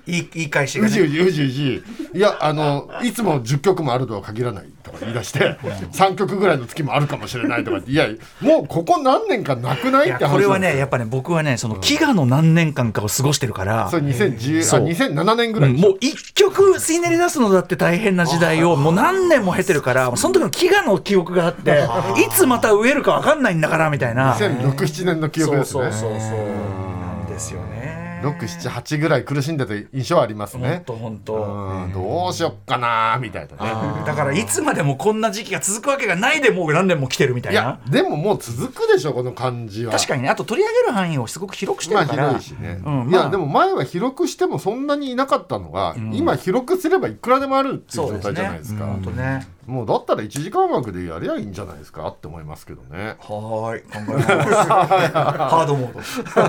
Speaker 3: 言い言い返しがね
Speaker 4: うじうじうじうじいやあのいつもじゅっきょくもあるとは限らないとか言い出してさんきょくぐらいの月もあるかもしれないとかいやもうここ何年かなくないって話。
Speaker 3: いやこれはねやっぱね僕はねその飢餓の何年間かを過ごしてるから、
Speaker 4: それにせんじゅう、
Speaker 3: そう
Speaker 4: あにせんななねんぐらい、
Speaker 3: うん、もう一曲ひねり出すのだって大変な時代をもう何年も経てるからその時の飢餓の記憶があっていつまた飢えるか分かんないんだからみたいな
Speaker 4: にせんろく、ななねんの記憶ですね。
Speaker 3: そうそうそうそうなんですよね。
Speaker 4: ろく、なな、はちぐらい苦しんでた印象はありますね。
Speaker 3: ほんとほんと、
Speaker 4: うんどうしよっかなみたいなね。
Speaker 3: だからいつまでもこんな時期が続くわけがないでもう何年も来てるみたいな。
Speaker 4: いやでももう続くでしょこの感じは。
Speaker 3: 確かにね。あと取り上げる範囲をすごく広くしてるから、
Speaker 4: まあ広いしね、
Speaker 3: うん
Speaker 4: いや、
Speaker 3: まあ
Speaker 4: でも前は広くしてもそんなにいなかったのが、うん、今広くすればいくらでもあるっていう状態じゃないですか。
Speaker 3: そうですね、うん、ね
Speaker 4: もうだったらいちじかん枠でやりゃいいんじゃないですかって思いますけどね。
Speaker 3: はーい考えますハードモード、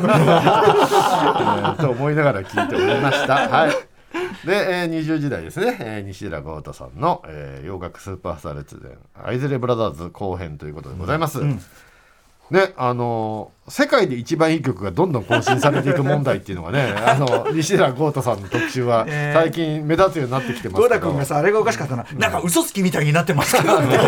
Speaker 4: えー、と思いながら聞いておりました。はいで、えー、にじゅうじ台ですね、えー、西寺豪太さんの、えー、洋楽スーパースター列伝アイズレブラザーズ後編ということでございます、うんうんねあのー、世界で一番いい曲がどんどん更新されていく問題っていうのがねあの西寺豪太さんの特集は最近目立つようになってきてますけど、
Speaker 3: 豪太君がさあれがおかしかったな、うん、なんか嘘つきみたいになってますけどね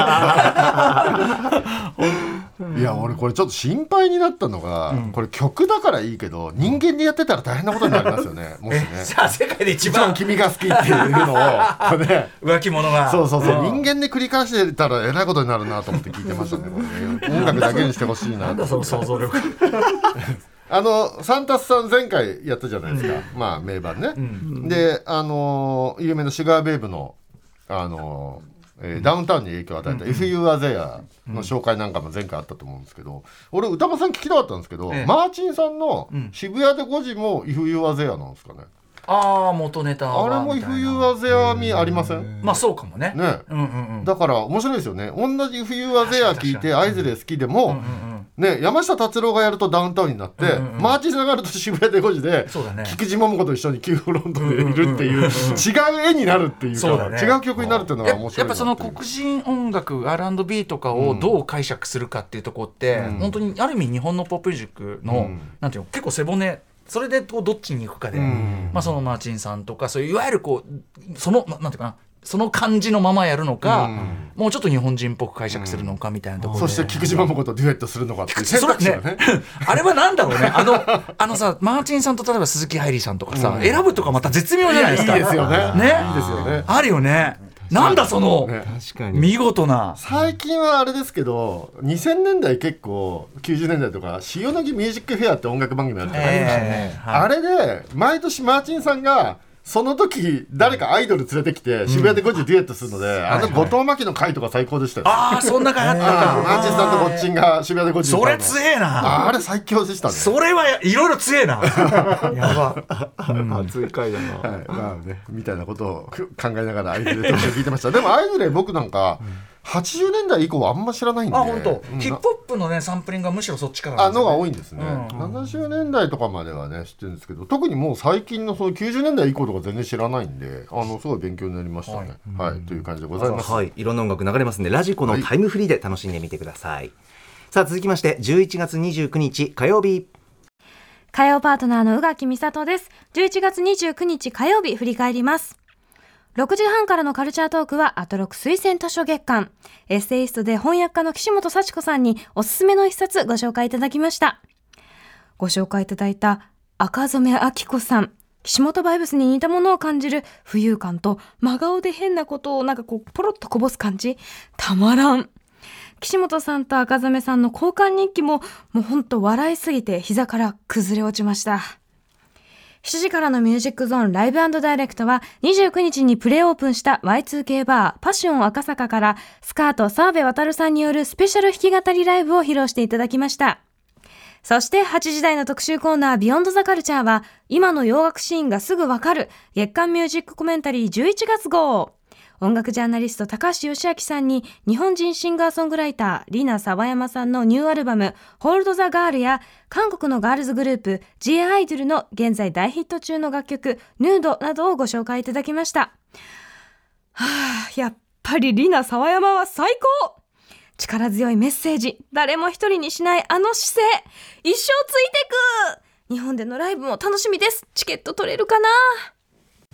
Speaker 4: いや俺これちょっと心配になったのが、うん、これ曲だからいいけど人間でやってたら大変なことになりますよねもしね
Speaker 3: じゃあ世界で一番
Speaker 4: 君が好きっていうのを、ね、
Speaker 3: 浮気者が
Speaker 4: そうそうそう、うん、人間で繰り返してたらえらいことになるなと思って聞いてましたねこれね音楽だけにしてほしいな
Speaker 3: なんだその想像力
Speaker 4: あのサンタスさん前回やったじゃないですか、うん、まあ名盤ね、うん、であの有名なシュガーベイブのあのえー、ダウンタウンに影響を与えた If You Are There の紹介なんかも前回あったと思うんですけど、俺歌間さん聞きたかったんですけど、ええ、マーチンさんの渋谷でごじも If You Are There なんですかね。
Speaker 3: ああ元ネタは
Speaker 4: あれも If You Are There 味ありません？
Speaker 3: まあそうかもね。
Speaker 4: ね、うんうんうん、だから面白いですよね。同じ If You Are There 聞いてアイズレ好きでも、うんうんうんね、山下達郎がやるとダウンタウンになって、うんうんうん、マーチンさんがやると渋谷でごじで、ね、菊池桃子と一緒にキューロンドンでいるっていう、うんうんうんうん、違う絵になるっていうか、ね、違う曲になるっていうのが面白い。
Speaker 3: やっぱその黒人音楽 アールアンドビー とかをどう解釈するかっていうところって、うん、本当にある意味日本のポップミュージックの、うん、なんていうの結構背骨それでどっちに行くかで、うんまあ、そのマーチンさんとかそういういわゆるこうそのなんていうかなその感じのままやるのか、うん、もうちょっと日本人っぽく解釈するのかみたいなところで、
Speaker 4: うん、そして菊池桃子とデュエットするのかっていう選択肢がね
Speaker 3: あれはなんだろうねあのあのさマーチンさんと例えば鈴木愛理さんとかさ、うん、選ぶとかまた絶妙じゃないですか。
Speaker 4: いいですよね。
Speaker 3: ねいいですよね。あるよね。なんだその、ね、確かに見事な。
Speaker 4: 最近はあれですけどにせんねんだい結構きゅうじゅうねんだいとか塩野義ミュージックフェアって音楽番組あるじゃないですか、えーはい、あれで毎年マーチンさんがその時誰かアイドル連れてきて渋谷でごじデュエットするので、うん、あの後藤真希の回とか最高でしたよ、
Speaker 3: はいはい、ああそんな回あったか
Speaker 4: マーチンさんとこっちんが渋谷でごじ
Speaker 3: それ強えな。
Speaker 4: あれ最強でしたね。
Speaker 3: それはいろいろ強えなやば、
Speaker 4: うん、熱い回だな、はいまあね、みたいなことを考えながらアイズレとして聞いてましたでもアイズレ僕なんか、うんはちじゅうねんだい以降はあんま知らないんで。
Speaker 3: あ本当、うん、ヒップホップのねサンプリングはむしろそっちからなんですよね。
Speaker 4: あのが多いんですね、うんうん、ななじゅうねんだいとかまではね知ってるんですけど特にもう最近のそのきゅうじゅうねんだい以降とか全然知らないんであのすごい勉強になりましたね、はい、はい、という感じでございます。
Speaker 2: はい、いろんな音楽流れますんでラジコのタイムフリーで楽しんでみてください、はい、さあ続きましてじゅういちがつにじゅうくにち火曜日
Speaker 6: 火曜パートナーの宇垣美里です。じゅういちがつにじゅうくにち火曜日振り返ります。ろくじはんからのカルチャートークはアトロク推薦図書月間。エッセイストで翻訳家の岸本幸子さんにおすすめの一冊ご紹介いただきました。ご紹介いただいた赤染明子さん。岸本バイブスに似たものを感じる浮遊感と真顔で変なことをなんかこうポロッとこぼす感じ。たまらん。岸本さんと赤染さんの交換日記ももうほんと笑いすぎて膝から崩れ落ちました。しちじからのミュージックゾーンライブ&ダイレクトはにじゅうくにちにプレイオープンした ワイツーケー バーパッション赤坂からスカート澤部渉さんによるスペシャル弾き語りライブを披露していただきました。そしてはちじ台の特集コーナービヨンドザカルチャーは今の洋楽シーンがすぐわかる月刊ミュージックコメンタリーじゅういちがつ号。音楽ジャーナリスト高橋義明さんに日本人シンガーソングライターリナ沢山さんのニューアルバムホールドザガールや韓国のガールズグループ G アイドルの現在大ヒット中の楽曲ヌードなどをご紹介いただきました。はぁ、やっぱりリナ沢山は最高。力強いメッセージ、誰も一人にしないあの姿勢、一生ついてく。日本でのライブも楽しみです。チケット取れるかな。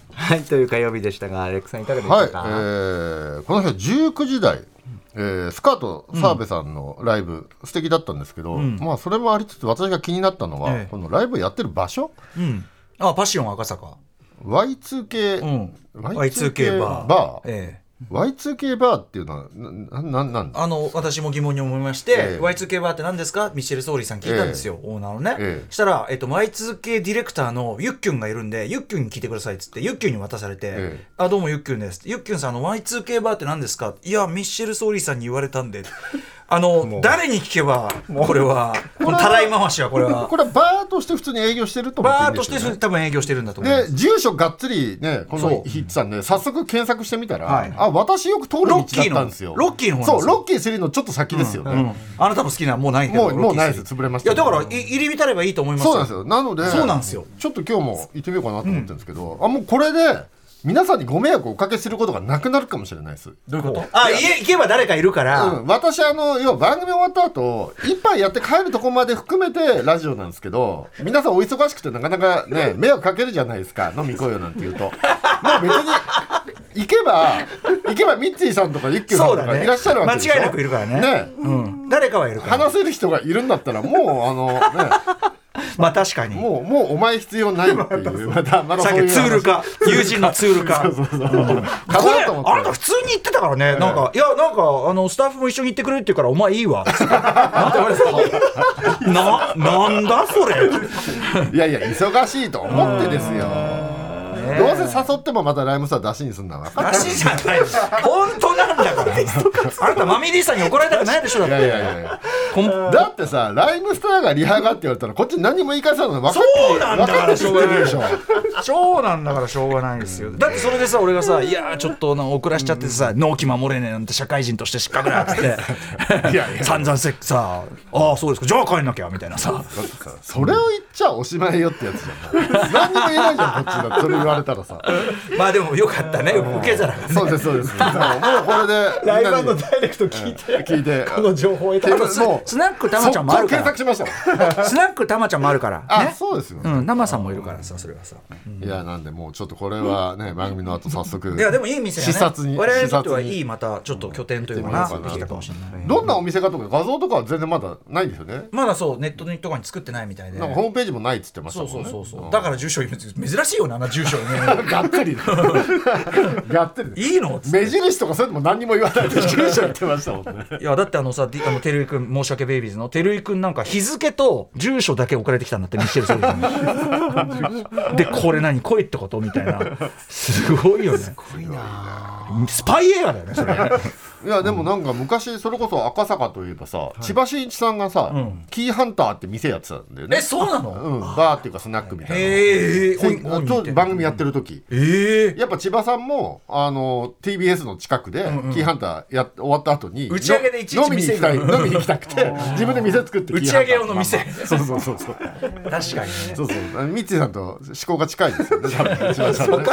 Speaker 2: はいという火曜日でしたが、アレックさんいかがでしたか？
Speaker 4: はい、えー、この日はじゅうくじ台、えー、スカート澤部さんのライブ、うん、素敵だったんですけど、うん、まあそれもありつつ私が気になったのは、ええ、このライブやってる場所、
Speaker 3: うん、あパッション赤坂
Speaker 4: ワイツーケー、うん、
Speaker 3: ワイツーケー バー、
Speaker 4: バー、ええワイツーケー バーっていうのはなななん
Speaker 3: あの私も疑問に思いまして、ええ、ワイツーケー バーって何ですかミシェル・ソーリーさん聞いたんですよ、ええ、オーナーのね、ええ、したら、えっと、ワイツーケー ディレクターのユッキュンがいるんでユッキュンに聞いてくださいっつってユッキュンに渡されて、ええ、あどうもユッキュンですユッキュンさんあの ワイツーケー バーって何ですかいやミシェル・ソーリーさんに言われたんであの誰に聞けばこれはこのたらい回しはこれは
Speaker 4: これはバーとして普通に営業してると思っていいんですよね。
Speaker 3: バーとして多分営業してるんだと思います。
Speaker 4: で住所がっつりねこのヒッツさんで早速検索してみたら、はい、あ私よく通る道だったんですよ。
Speaker 3: ロッキーの
Speaker 4: そうロッキースリーのちょっと先ですよね、
Speaker 3: うんうん、あなたも好きなもうないけど
Speaker 4: もうもうないです潰れました、
Speaker 3: ね、いやだから入り浸ればいいと思いますよ。
Speaker 4: そうなんですよ。なので
Speaker 3: そうなんですよ
Speaker 4: ちょっと今日も行ってみようかなと思ってるんですけど、うん、あもうこれで皆さんにご迷惑をおかけすることがなくなるかもしれないです。
Speaker 3: どういうこと？あ行けば誰かいるから、
Speaker 4: うん、私あの要は番組終わった後一杯やって帰るとこまで含めてラジオなんですけど皆さんお忙しくてなかなかね迷惑かけるじゃないですか飲み行こうよなんて言うとまあ別に行けば行けばミッツィさんとかユッキュさんとかいらっしゃるわけでしょ。
Speaker 3: 間違いなくいるからね、
Speaker 4: ね、
Speaker 3: うん、誰かはいるから
Speaker 4: 話せる人がいるんだったらもうあのね
Speaker 3: まあ確かに
Speaker 4: もうもうお前必要ないっていうまたまたそういう
Speaker 3: ツール化友人のツール化そうそうそう、うん、これあなた普通に言ってたからね、えー、なんかいやなんかあのスタッフも一緒に行ってくれるって言うからお前いいわななんだそれ
Speaker 4: いやいや忙しいと思ってですよ。どうせ誘ってもまたライムスター出しにすんだわ。
Speaker 3: 出しじゃない本当なんだからあなたマミー D さんに怒られたくないでしょだって。いやいやいや
Speaker 4: だってさライムスターがリハがって言われたらこっち何も言い返さないの分かって
Speaker 3: そうなんだからしょうがないでしょそうなんだからしょうがないですよ。だってそれでさ俺がさいやちょっと遅らしちゃってさ納期守れねえなんて社会人として失格だっつっていやいや散々せっさああそうですかじゃあ帰んなきゃみたいなさ
Speaker 4: それを言っちゃおしまいよってやつじゃん何にも言えないじゃんこっちだってそれ言われたらさ
Speaker 3: まあでもよかったね受け皿がね。
Speaker 4: そうですそうですもうこれで
Speaker 3: ライブ&ダイレクト聞いて、うん、聞いてこの情報を得たらスナックたまちゃんもあるから
Speaker 4: 検索しました
Speaker 3: スナックたまちゃんもあるから、ね、
Speaker 4: あそうですよね、
Speaker 3: うん、生さんもいるからさそれはさ、
Speaker 4: うん、いやなんでもうちょっとこれはね、うん、番組の後早速
Speaker 3: いやでもいい店やね
Speaker 4: 視察に
Speaker 3: 我々にとってはいいまたちょっと拠点というかなできたかもしれない。
Speaker 4: どんなお店かとか画像とかは全然まだないんですよね。
Speaker 3: まだそうネットとかに作ってないみたいで
Speaker 4: なんかホームページもないっつってましたもんね。
Speaker 3: そうそうそうそうだから住所珍しいよなあの住所ね
Speaker 4: がっつりがっつり
Speaker 3: いいの
Speaker 4: 目印とかそういうのも何にも言わないで住所やってましたもんね。
Speaker 3: いやだってあのさあのてるいくん申し訳ベイビーズのてるいくんなんか日付と住所だけ送られてきたんだってミシェルソーリーでこれ何恋ってことみたいなすごいよね。すごいなスパイ映画だよねそれ
Speaker 4: いやでもなんか昔それこそ赤坂といえばさ、はい、千葉真一さんがさ、うん、キーハンターって店やってたんだよね。
Speaker 3: えそうなの、
Speaker 4: うん、バーっていうかスナックみたいな
Speaker 3: へ
Speaker 4: ー番組やってる時、
Speaker 3: えー、
Speaker 4: やっぱ千葉さんもあの ティービーエス の近くで、うんうん、キーハンターや終わった後に
Speaker 3: 打ち上げでいちいち
Speaker 4: 店飲みに行きたい飲みに行きたくて自分で店作って
Speaker 3: 打ち上げ用の店
Speaker 4: そうそうそうそう
Speaker 3: 確かにね
Speaker 4: そうそうミッツィさんと思考が近いですよね多分千葉さんね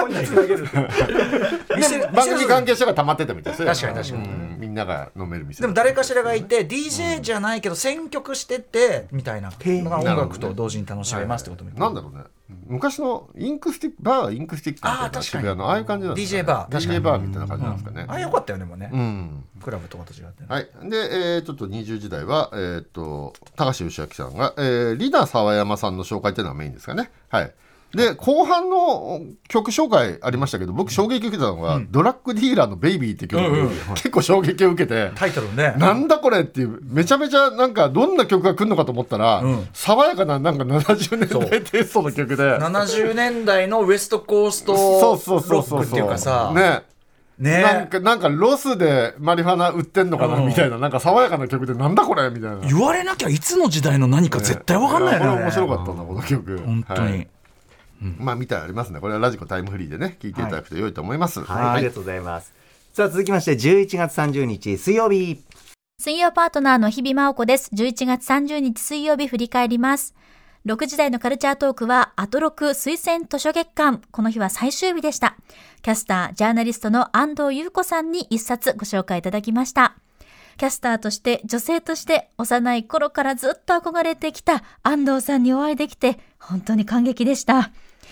Speaker 4: で番組関係者が溜まってたみたいですよ。
Speaker 3: 確かに確かに、
Speaker 4: うん、みんなが飲める店
Speaker 3: でも誰かしらがいて ディージェー じゃないけど選曲しててみたいなのが音楽と同時に楽しめますってことみたいな。
Speaker 4: なんだろうね昔のインクスティックバーインクスティックみたいな渋谷のああいう感じなんですかね。
Speaker 3: ディージェー バー
Speaker 4: ディージェー バーみたいな感じなんですかね、
Speaker 3: うん、ああよかったよねもうね、
Speaker 4: うん、
Speaker 3: クラブとかと違って、ね、
Speaker 4: はいで、えー、ちょっとにじゅうじ台は、えー、と高橋義明さんが、えー、リナ沢山さんの紹介っていうのがメインですかね。はいで後半の曲紹介ありましたけど僕衝撃受けたのが、うん、ドラッグディーラーのベイビーって曲、うんうん、結構衝撃を受けて
Speaker 3: タイトルね
Speaker 4: なんだこれっていうめちゃめちゃなんかどんな曲が来るのかと思ったら、うん、爽やかななんかななじゅうねんだいテイストの曲で
Speaker 3: ななじゅうねんだいのウエストコーストロックっていうかさ
Speaker 4: ねね、なんかなんかロスでマリファナ売ってんのかなみたいな、うん、なんか爽やかな曲でなんだこれみたいな
Speaker 3: 言われなきゃいつの時代の何か絶対分かんないよね。
Speaker 4: これ面白かったなこの曲
Speaker 3: 本当に、はい
Speaker 4: うん、まあ見たらありますね。これはラジコタイムフリーでね聞いていただくと良いと思います、
Speaker 2: はいはいはい、ありがとうございます。さあ続きましてじゅういちがつさんじゅうにち水曜日
Speaker 7: 水曜パートナーの日々真央子です。じゅういちがつさんじゅうにち水曜日振り返ります。ろくじ台のカルチャートークはアトロク推薦図書月間、この日は最終日でした。キャスタージャーナリストの安藤優子さんに一冊ご紹介いただきました。キャスターとして女性として幼い頃からずっと憧れてきた安藤さんにお会いできて本当に感激でした。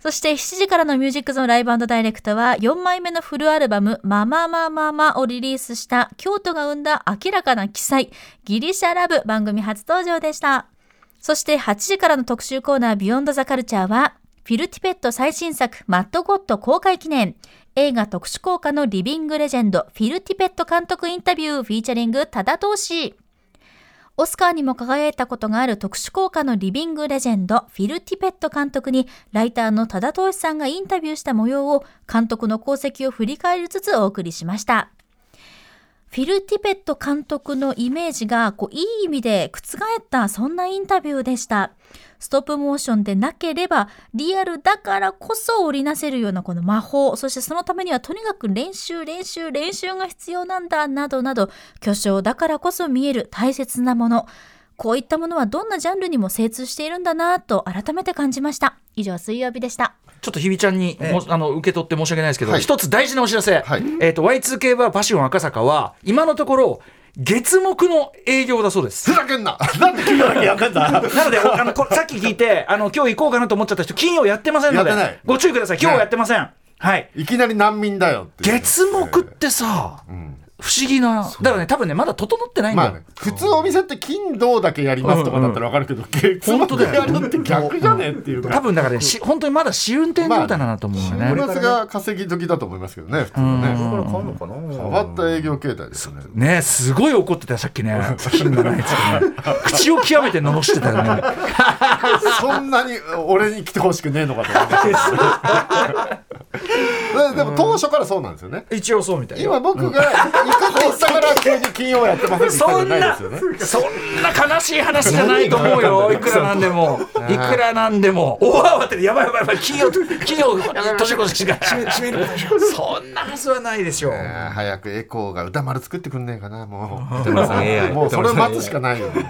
Speaker 7: そしてしちじからのミュージックゾーンライブ&ダイレクトはよんまいめのフルアルバムマママママをリリースした京都が生んだ明らかな奇才ギリシャラブ番組初登場でした。そしてはちじからの特集コーナービヨンドザカルチャーはフィルティペット最新作マッドゴッド公開記念映画特殊効果のリビングレジェンドフィルティペット監督インタビューフィーチャリング多田投資。オスカーにも輝いたことがある特殊効果のリビングレジェンドフィルティペット監督にライターの多田投資さんがインタビューした模様を監督の功績を振り返りつつお送りしました。フィルティペット監督のイメージがこういい意味で覆ったそんなインタビューでした。ストップモーションでなければリアルだからこそ織りなせるようなこの魔法、そしてそのためにはとにかく練習練習練習が必要なんだなどなど、巨匠だからこそ見える大切なもの、こういったものはどんなジャンルにも精通しているんだなと改めて感じました。以上水曜日でした。
Speaker 3: ちょっと日比ちゃんに、ええ、あの受け取って申し訳ないですけど、
Speaker 4: はい、
Speaker 3: 一つ大事なお知らせ、はい、えーと、ワイツーケー バーパション赤坂は今のところ月木の営業だそうです。
Speaker 4: ふざけんななんで金曜だけやってんだな
Speaker 3: のであのこさっき聞いてあの今日行こうかなと思っちゃった人金曜やってませんのでご注意ください。今日はやってません、ね、はい、
Speaker 4: いきなり難民だよって
Speaker 3: 月木ってさ、うん、不思議な、だからね多分ねまだ整ってないんだよ、まあね、
Speaker 4: 普通お店って金土だけやりますとかだったら分かるけど、うんうん、月木でやるって逆じゃねえっていうか、
Speaker 3: 多分だからねし本当にまだ試運転状態なんだと思うよね。
Speaker 4: まあ、週末が稼ぎ時だと思いますけどね、普通はね。これから買うのかな。変わった営業形態ですよね。
Speaker 3: ね、すごい怒ってたさっきね金がないっつってね口を極めて罵ってたよね
Speaker 4: そんなに俺に来てほしくねえのかと思ってでも当初からそうなんですよね。
Speaker 3: 一応そうみたいな。
Speaker 4: 今僕が行くって言ったから急に金曜やってませんって言ったんじゃないですよね。
Speaker 3: そんなそんな悲しい話じゃないと思うよいくらなんでもいくらなんでもおわわってやばいやばいやばい金曜金曜年越しが閉めるそんなはずはないでしょう、
Speaker 4: えー、早くエコーが歌丸作ってくんねえかな。もうもうそれを待つしかないよね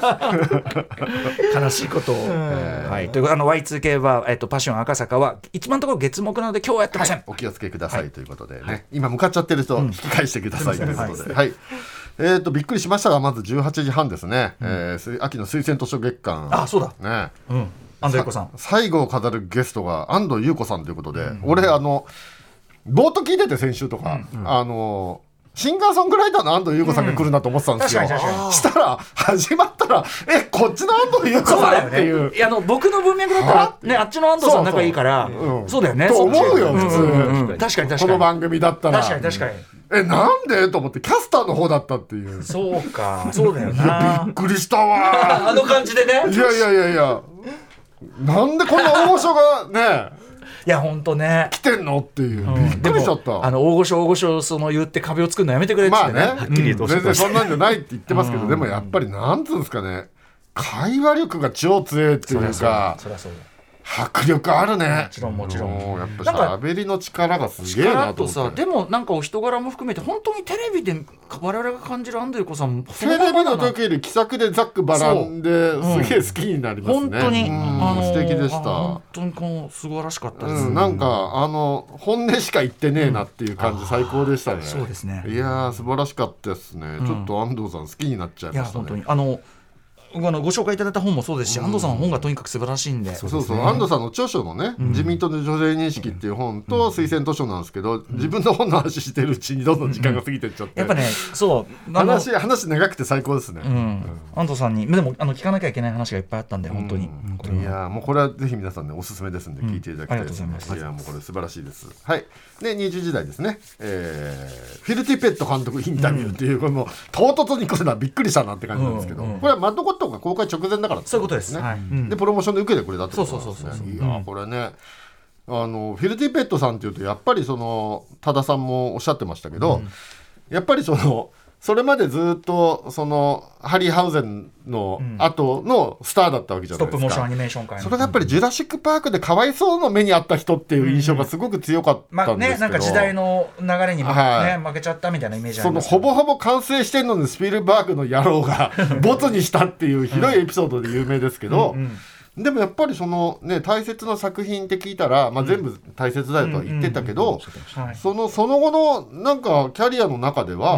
Speaker 3: 悲しいことを、えーはい、というあの ワイツーケー バー、えっと、パッション赤坂は一番のところ月木なので今日はやってません、はい、
Speaker 4: お気をつけください、はい、ということでね、はい、今向かっちゃってる人、うん、引き返してくださいということで、はい、えー、とびっくりしましたがまずじゅうはちじはんですね、うん、えー、秋の推薦図書月間、
Speaker 3: あそうだ
Speaker 4: ね、
Speaker 3: うん、安藤優子さん
Speaker 4: 最後を飾るゲストが安藤優子さんということで、うん、俺あの冒頭聞いてて先週とか、うんうん、あのシンガーソングライターの安藤優子さんが来るなと思ってたんですよ、うん、確かに確かにしたら始まったらえこっちの安藤優子さんっていう、
Speaker 3: ね、いやあの僕の文脈だったら、ね、あっちの安藤さん仲いいからそうそう、うん、そうだよね
Speaker 4: と思うよ普通、
Speaker 3: うんうん、確かに確かに
Speaker 4: この番組だったら
Speaker 3: 確かに確かに
Speaker 4: えなんでと思ってキャスターの方だったっていう。
Speaker 3: そうかそうだよな
Speaker 4: びっくりしたわ
Speaker 3: あの感じでね。
Speaker 4: いやいやいやいやなんでこんな大御所がね
Speaker 3: いや本当ね
Speaker 4: 来てんのっていう、うん、びっくりしちゃった。
Speaker 3: あの大御所大御所その言って壁を作るのやめてくれって言ってね、まあね、はっきり言ってほしい、
Speaker 4: うん、全然そんなんじゃないって言ってますけど、うん、でもやっぱりなんつうんですかね会話力が超強いっていうかそりゃそうだ迫力あるね。
Speaker 3: もちろんもちろん。
Speaker 4: やっぱ喋りの力がすげえなと思って。
Speaker 3: さでもなんかお人柄も含めて本当にテレビで我々が感じる安藤優子さん
Speaker 4: テレビの時より気さくでざっくばらんですげえ好きになりますね、
Speaker 3: うん、本当に、うん、
Speaker 4: あのー、素敵でした。
Speaker 3: 本当にこう素晴らしかったです、
Speaker 4: うん、なんかあの本音しか言ってねえなっていう感じ、うん、最高でしたね。
Speaker 3: そうですね。
Speaker 4: いや素晴らしかったですね、うん、ちょっと安藤さん好きになっちゃいましたね。
Speaker 3: いや本当にあのあのご紹介いただいた本もそうですし、うん、安藤さんの本がとにかく素晴らしいんで、
Speaker 4: そうそうそう、安藤さんの著書のね、うん、自民党の女性認識っていう本と推薦図書なんですけど、うん、自分の本の話してるうちにどんどん時間が過ぎてっちゃって、うん、
Speaker 3: やっぱねそう
Speaker 4: 話話長くて最高ですね、
Speaker 3: うんうん、安藤さんにでもあの聞かなきゃいけない話がいっぱいあったんで本当に、
Speaker 4: うん、いやもうこれはぜひ皆さんねおすすめですんで聞いていただきたいですね、うん、ありがとうございます。いやもうこれ素晴らしいです。はいでにじゅうじだいですね、えー、フィルティペット監督インタビューっていう、うん、これもう唐突に来るのはびっくりしたなって感じなんですけど、うんうん、これはマッドコットが公開直前だから
Speaker 3: そういうことですね、はい、
Speaker 4: でプロモーションで受けてくれたってこと
Speaker 3: なんですね。
Speaker 4: そうそうそうそう。いやこれねあのフィルティペットさんっていうとやっぱりその多田さんもおっしゃってましたけど、うん、やっぱりそのそれまでずっとそのハリーハウゼンの後のスターだったわけじゃないですか、
Speaker 3: ストップモーションアニメーション界の。
Speaker 4: それがやっぱりジュラシックパークでかわいそうの目にあった人っていう印象がすごく強かったんですけど、
Speaker 3: まあね、なんか時代の流れに、ねはい、負けちゃったみたいなイメージあります、ね、
Speaker 4: そのほぼほぼ完成してるのにスピルバーグの野郎がボツにしたっていうひどいエピソードで有名ですけど、うんうんうん、でもやっぱりその、ね、大切な作品って聞いたら、まあ、全部大切だよとは言ってたけど、そのその後のなんかキャリアの中では、うん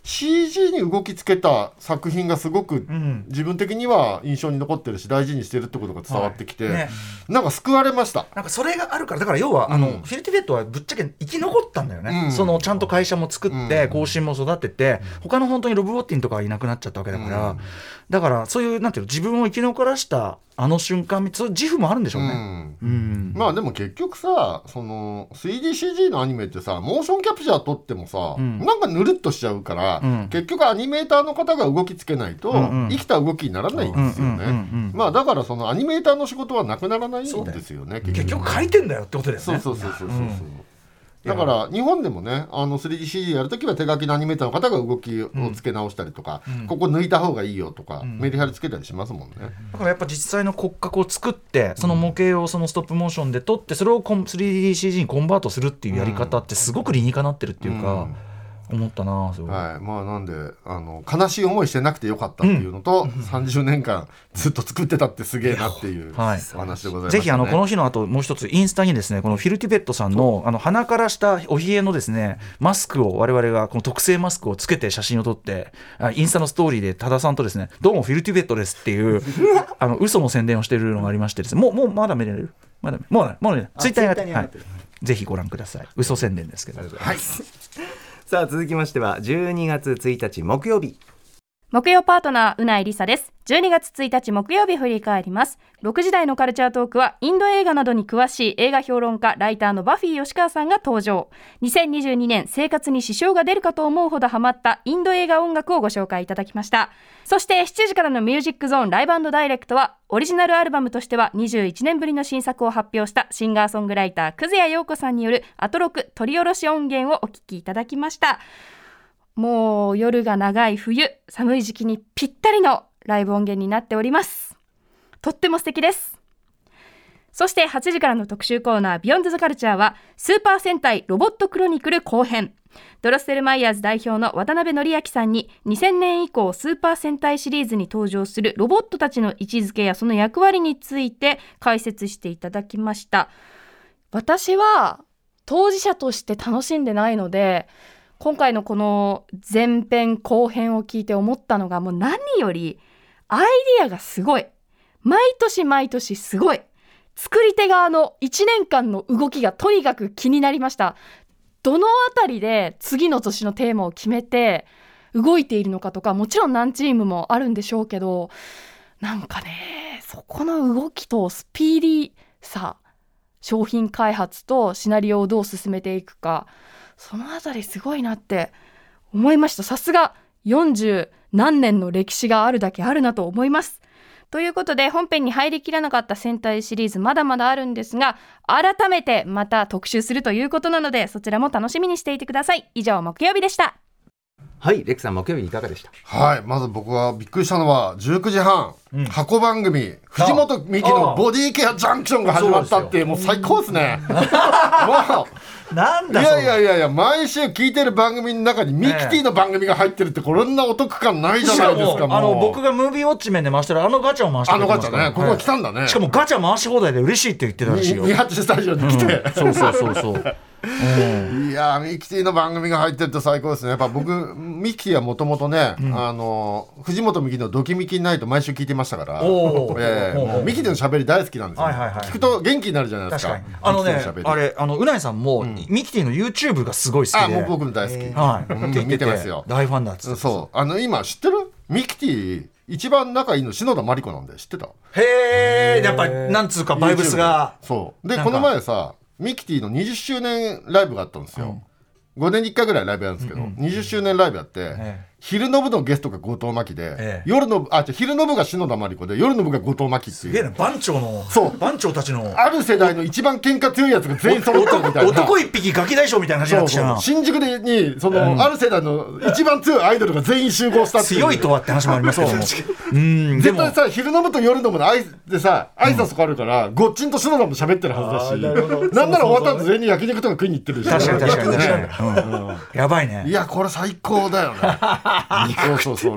Speaker 4: シージー に動きつけた作品がすごく自分的には印象に残ってるし大事にしてるってことが伝わってきて、はいね、なんか救われました。
Speaker 3: なんかそれがあるからだから要は、うん、あのフィルティベットはぶっちゃけ生き残ったんだよね、うん、そのちゃんと会社も作って、うん、後進も育てて、うん、他の本当にロブ・ウォッティンとかはいなくなっちゃったわけだから、うん、だからそういうなんていうの自分を生き残らしたあの瞬間そういう自負もあるんでしょうね、うん
Speaker 4: うん、まあでも結局さその スリーディーシージー のアニメってさモーションキャプチャー撮ってもさ、うん、なんかぬるっとしちゃうから、うん、結局アニメーターの方が動きつけないと、うんうん、生きた動きにならないんですよね。まあだからそのアニメーターの仕事はなくならないんですよね。
Speaker 3: 結局書いてんだよってことだよね。
Speaker 4: そうそうそうそうそう、うんだから日本でもねあの スリーディーシージー やるときは手書きのアニメーターの方が動きをつけ直したりとか、うん、ここ抜いた方がいいよとか、うん、メリハリつけたりしますもんね。
Speaker 3: だからやっぱ実際の骨格を作ってその模型をそのストップモーションで撮ってそれを スリーディーシージー にコンバートするっていうやり方ってすごく理にかなってるっていうか、うん思ったなそれは、
Speaker 4: はいまあ、なんであの悲しい思いしてなくてよかったっていうのと、うん、さんじゅうねんかんずっと作ってたってすげえなっていうお話でございましたね。
Speaker 3: ぜひあのこの日の後もう一つインスタにですねこのフィルティベットさん の, あの鼻からしたおひげのですねマスクを我々がこの特製マスクをつけて写真を撮ってインスタのストーリーで多田さんとですねどうもフィルティベットですっていうあの嘘の宣伝をしているのがありましてですねもうもうまだ見れるまだもうもうねツイッターに上がってる、はい、ぜひご覧ください。嘘宣伝ですけど
Speaker 2: はいさあ続きましてはじゅうにがつついたち木曜日
Speaker 6: 木曜パートナーうないりさです。じゅうにがつついたち木曜日振り返ります。ろくじ台のカルチャートークはインド映画などに詳しい映画評論家ライターのバフィー吉川さんが登場。にせんにじゅうにねん生活に支障が出るかと思うほどハマったインド映画音楽をご紹介いただきました。そしてしちじからのミュージックゾーンライブ&ダイレクトはオリジナルアルバムとしてはにじゅういちねんぶりの新作を発表したシンガーソングライター葛谷陽子さんによるアトロク取り下ろし音源をお聴きいただきました。もう夜が長い冬寒い時期にぴったりのライブ音源になっております。とっても素敵です。そしてはちじからの特集コーナービヨンドザカルチャーはスーパー戦隊ロボットクロニクル後編。ドロッセルマイヤーズ代表の渡辺則明さんににせんねん以降スーパー戦隊シリーズに登場するロボットたちの位置づけやその役割について解説していただきました。私は当事者として楽しんでないので今回のこの前編後編を聞いて思ったのがもう何よりアイディアがすごい。毎年毎年すごい。作り手側のいちねんかんの動きがとにかく気になりました。どのあたりで次の年のテーマを決めて動いているのかとかもちろん何チームもあるんでしょうけどなんかねそこの動きとスピーディーさ商品開発とシナリオをどう進めていくかそのあたりすごいなって思いました。さすがよんじゅうなんねんの歴史があるだけあるなと思います。ということで本編に入りきらなかった戦隊シリーズまだまだあるんですが改めてまた特集するということなのでそちらも楽しみにしていてください。以上木曜日でした。
Speaker 2: はいレックさん木曜日いかがでした？
Speaker 4: はいまず僕はびっくりしたのはじゅうくじはん、うん、箱番組藤本美貴のボディケアジャンクションが始まったってもう最高ですねもう
Speaker 3: なんだ
Speaker 4: いやいやいやいや毎週聞いてる番組の中にミキティの番組が入ってるってこんなお得感ないじゃないですか。もう
Speaker 3: あの僕がムービーウォッチ面で回してるあのガチャを回してくれてますから
Speaker 4: あのガチャねここ来たんだね、
Speaker 3: はい、しかもガチャ回し放題で嬉しいって言ってたらしいよ
Speaker 4: 二八スタジオに来て、
Speaker 3: うん、そうそうそうそう
Speaker 4: うん、いやミキティの番組が入ってると最高ですね。やっぱ僕ミキティはもともとね、うん、あの藤本美貴のドキミキナイト毎週聞いてましたから、お、えー、もうミキティの喋り大好きなんですよ、はいはいはい、聞くと元気になるじゃないですか。
Speaker 3: 確かにあのねあれあのうないさんも、うん、ミキティの YouTube がすごい好きで
Speaker 4: あもう僕も大好き、えー
Speaker 3: はい、
Speaker 4: うん、見てますよ
Speaker 3: 大ファンだっつって。
Speaker 4: そうあの今知ってるミキティ一番仲いいの篠田麻里子なんで知ってた？
Speaker 3: へえやっぱなんつうかバイブスが
Speaker 4: そうでこの前さミキティのにじゅっしゅうねんライブがあったんですよ、うん、ごねんにいっかいぐらいライブやるんですけど、うんうん、にじゅっしゅうねんライブやって、ええ、昼の部のゲストが後藤真希で、ええ、夜のあ昼の部が篠田麻里子で夜の部が後藤真希っていうす
Speaker 3: げえな番長の
Speaker 4: そう
Speaker 3: 番長たちの
Speaker 4: ある世代の一番喧嘩強いやつが全員揃ってるみたいな
Speaker 3: 男一匹ガキ大将みたいな話になってきたな。
Speaker 4: 新宿でにその、うん、ある世代の一番強いアイドルが全員集合したっていう
Speaker 3: 強いとはって話もありますけど
Speaker 4: うん絶対さ昼の部と夜の部のあいでさ挨拶があるから、うん、ごっちんと篠田も喋ってるはずだしなんなら終わった後全員焼肉とか食いに行ってるし
Speaker 3: 確かに確かにね、うんうん、やばいね。
Speaker 4: いやこれ最高だよねそうそうそうミキ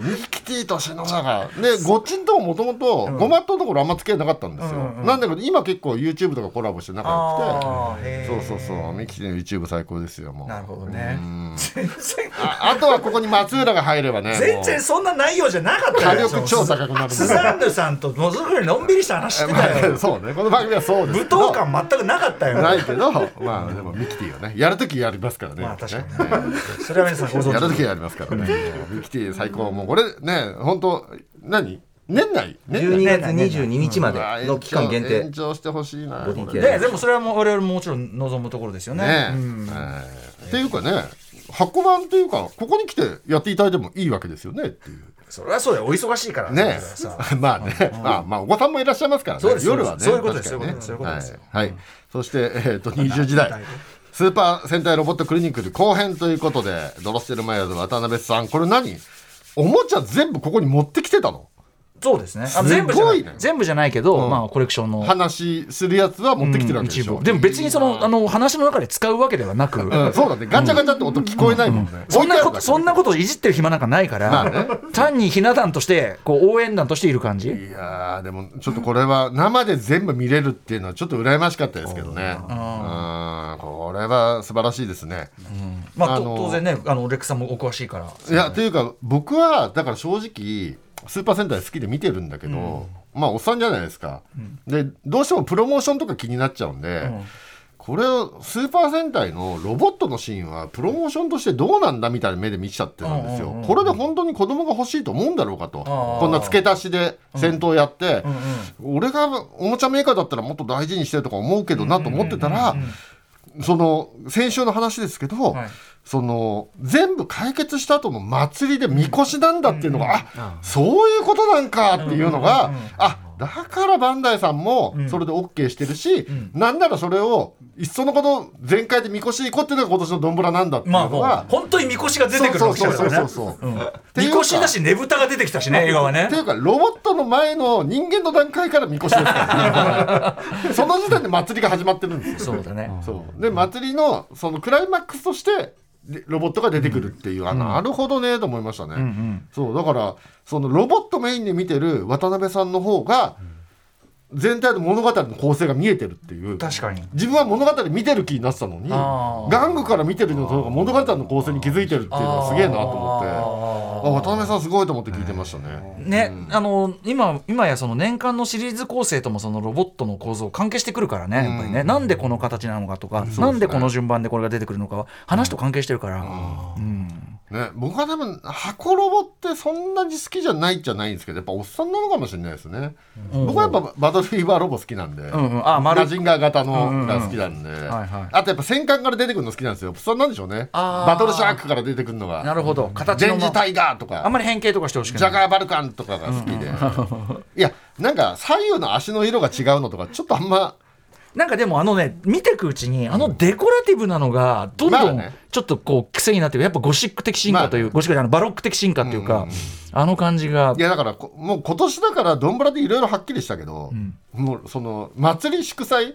Speaker 4: ティと篠原でごっちんとももともとごまっとのところあんま付き合いなかったんですよ、うんうん、なんだけど今結構 YouTube とかコラボして仲良くてそうそうそうミキティの YouTube 最高ですよもう
Speaker 3: なるほどね
Speaker 4: 全然 あ, あとはここに松浦が入ればね
Speaker 3: 全然そんな内容じゃなかったよ
Speaker 4: 火力超高くなる
Speaker 3: スザンヌさんともずくりのんびりした話してたよ
Speaker 4: そうねこの番組はそうです
Speaker 3: 舞踏感全くなかったよ
Speaker 4: ないけどまあでもミキティはねやるときやりますからね
Speaker 3: まあ確かにねそれは皆さんご存知
Speaker 4: やるときやりますからねミキティ最高もうこれね本当何年内
Speaker 2: じゅうにがつにじゅうににちまでの期間限定
Speaker 4: 延長してほしいな
Speaker 3: ででもそれはもう我々ももちろん望むところですよね
Speaker 4: ね、
Speaker 3: うん
Speaker 4: えー、っていうかね箱番っていうかここに来てやっていただいてもいいわけですよねっていう
Speaker 3: それはそうだよお忙しいから
Speaker 4: ねまあね、うん、まあまあお子さんもいらっしゃいますからね夜はね
Speaker 3: そういうことですよ
Speaker 4: ね
Speaker 3: そういうことですよ
Speaker 4: はい、はい、そして、えー、とにじゅうじ台スーパー戦隊ロボットクリニックで後編ということでドロステルマイヤーズ渡辺さんこれ何おもちゃ全部ここに持ってきてたの
Speaker 3: そうですねあの
Speaker 4: す
Speaker 3: 全部じゃない、
Speaker 4: ごいね
Speaker 3: 全部じゃないけど、
Speaker 4: うん
Speaker 3: まあコレクションの
Speaker 4: 話するやつは持ってきてるわけでしょ、
Speaker 3: うん、でも別にそのあの話の中で使うわけではなく、
Speaker 4: うん、そうだねガチャガチャって音聞こえないもんね、うんうん、
Speaker 3: そんなことそんなことをいじってる暇なんかないから、まあね、単にひな壇としてこう応援団としている感じ。
Speaker 4: いやでもちょっとこれは生で全部見れるっていうのはちょっと羨ましかったですけどね、うん、これは素晴らしいですね、
Speaker 3: うんまあ、あ当然ねあのレックさんもお詳しいから
Speaker 4: いやというか僕はだから正直スーパー戦隊好きで見てるんだけど、うん、まあおっさんじゃないですか、うん、でどうしてもプロモーションとか気になっちゃうんで、うん、これをスーパー戦隊のロボットのシーンはプロモーションとしてどうなんだみたいな目で見ちゃってるんですよ、うんうんうん、これで本当に子供が欲しいと思うんだろうかと、こんな付け足しで戦闘やって、うんうんうん、俺がおもちゃメーカーだったらもっと大事にしてるとか思うけどなと思ってたら、うんうんうんうん、その先週の話ですけど、はい、その全部解決した後の祭りでみこしなんだっていうのが、うんうん、あ、そういうことなんかっていうのが、うんうんうん、あだからバンダイさんもそれで OK してるし、うん、なんならそれをいっそのこと全開でみこし行こうっていうのが今年のどんぶらなんだっていうのが、まあ、
Speaker 3: 本当にみこしが出てくるわけだからねみこしだしねぶたが出てきたしね映画はね
Speaker 4: っていうかロボットの前の人間の段階からみこしですからねその時点で祭りが始まってるんですよ
Speaker 3: そうだね
Speaker 4: そうで祭りのそのクライマックスとしてロボットが出てくるっていう、うん、あなるほどねと思いましたね、うんうん、そうだからそのロボットメインで見てる渡辺さんの方が全体の物語の構成が見えてるっていう
Speaker 3: 確かに
Speaker 4: 自分は物語見てる気になってたのに玩具から見てるのと物語の構成に気づいてるっていうのがすげえなと思ってあ渡辺さんすごいと思って聞いてましたね、
Speaker 3: ね、うん、あの 今, 今やその年間のシリーズ構成ともそのロボットの構造関係してくるからね、やっぱりね、うん、なんでこの形なのかとか、うん、なんでこの順番でこれが出てくるのかは話と関係してるから、うんうん
Speaker 4: ね、僕は多分箱ロボってそんなに好きじゃないっちゃないんですけどやっぱおっさんなのかもしれないですね、うん、僕はやっぱバトルフィーバーロボ好きなんで、うんうん、あマジンガー型のが好きなんで、うんうんはいはい、あとやっぱ戦艦から出てくるの好きなんですよ。おっさんなんでしょうね。バトルシャークから出てくるのが
Speaker 3: なるほど形の
Speaker 4: 電磁タイガーとか
Speaker 3: あんまり変形とかしてほしくない
Speaker 4: ジャガーバルカンとかが好きで、うんうん、いやなんか左右の足の色が違うのとかちょっとあんま
Speaker 3: なんかでもあのね見ていくうちにあのデコラティブなのがどんどんちょっとこう癖になってやっぱゴシック的進化という、まあ、ゴシックじゃないバロック的進化っていうか、うんうん、あの感じが
Speaker 4: いやだからもう今年だからドンブラでいろいろはっきりしたけど、うん、もうその祭り祝祭、うん、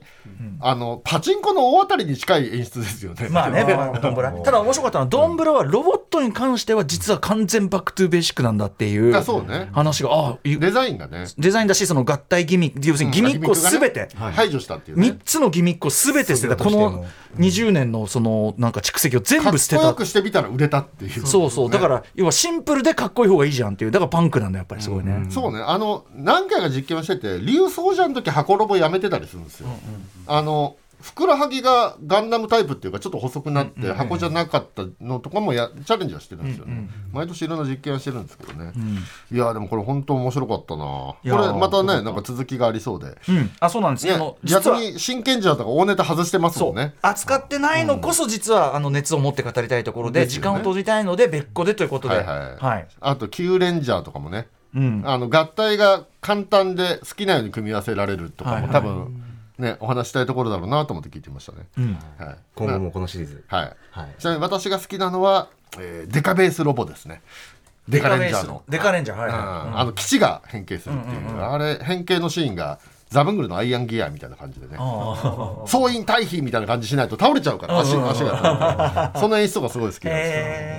Speaker 4: あのパチンコの大当たりに近い演出ですよね。
Speaker 3: まあねドンブラただ面白かったのはドンブラはロボットに関しては実は完全バックトゥーベーシックなんだっていう話が、ね、あ
Speaker 4: デザインがね
Speaker 3: デザインだしその合体ギミック要するにギミックを全て、
Speaker 4: うんね、排除したっていうね
Speaker 3: みっつのギミックを全て捨てたこのにじゅうねんのそのなんか蓄積を全部捨てた
Speaker 4: かっこよくしてみたら売れたっていう、
Speaker 3: そうそうだから要はシンプルでかっこいい方がいいじゃんっていうだからパンクなんだやっぱりすごいね、うん
Speaker 4: うん、そうねあの何回か実験をしててリュウソウジャの時箱ロボやめてたりするんですよ、うんうん、あのふくらはぎがガンダムタイプっていうかちょっと細くなって箱じゃなかったのとかもやチャレンジはしてるんですよね、うんうん、毎年いろんな実験はしてるんですけどね、うん、いやでもこれ本当面白かったなこれまたねなんか続きがありそうで、
Speaker 3: うん、あそうなんですね
Speaker 4: 逆に真剣じゃとか大ネタ外してますもんね
Speaker 3: 扱ってないのこそ実はあの熱を持って語りたいところで、うん、時間を取りたいので別個でということで、はいはいはい、
Speaker 4: あとキューレンジャーとかもね、うん、あの合体が簡単で好きなように組み合わせられるとかも多分、はいはいね、お話したいところだろうなと思って聞いてましたね、うん
Speaker 2: はい、今後もこのシリーズ、
Speaker 4: はいはい、ちなみに私が好きなのは、えー、デカベースロボですね。デカレンジャーの
Speaker 3: デカレンジャー、はいはい、
Speaker 4: うん、あの基地が変形するっていう、うんうんうん、あれ変形のシーンがザブングルのアイアンギアみたいな感じでね総員退避みたいな感じしないと倒れちゃうから足、足がその演出がすごい好きなんですよ、えー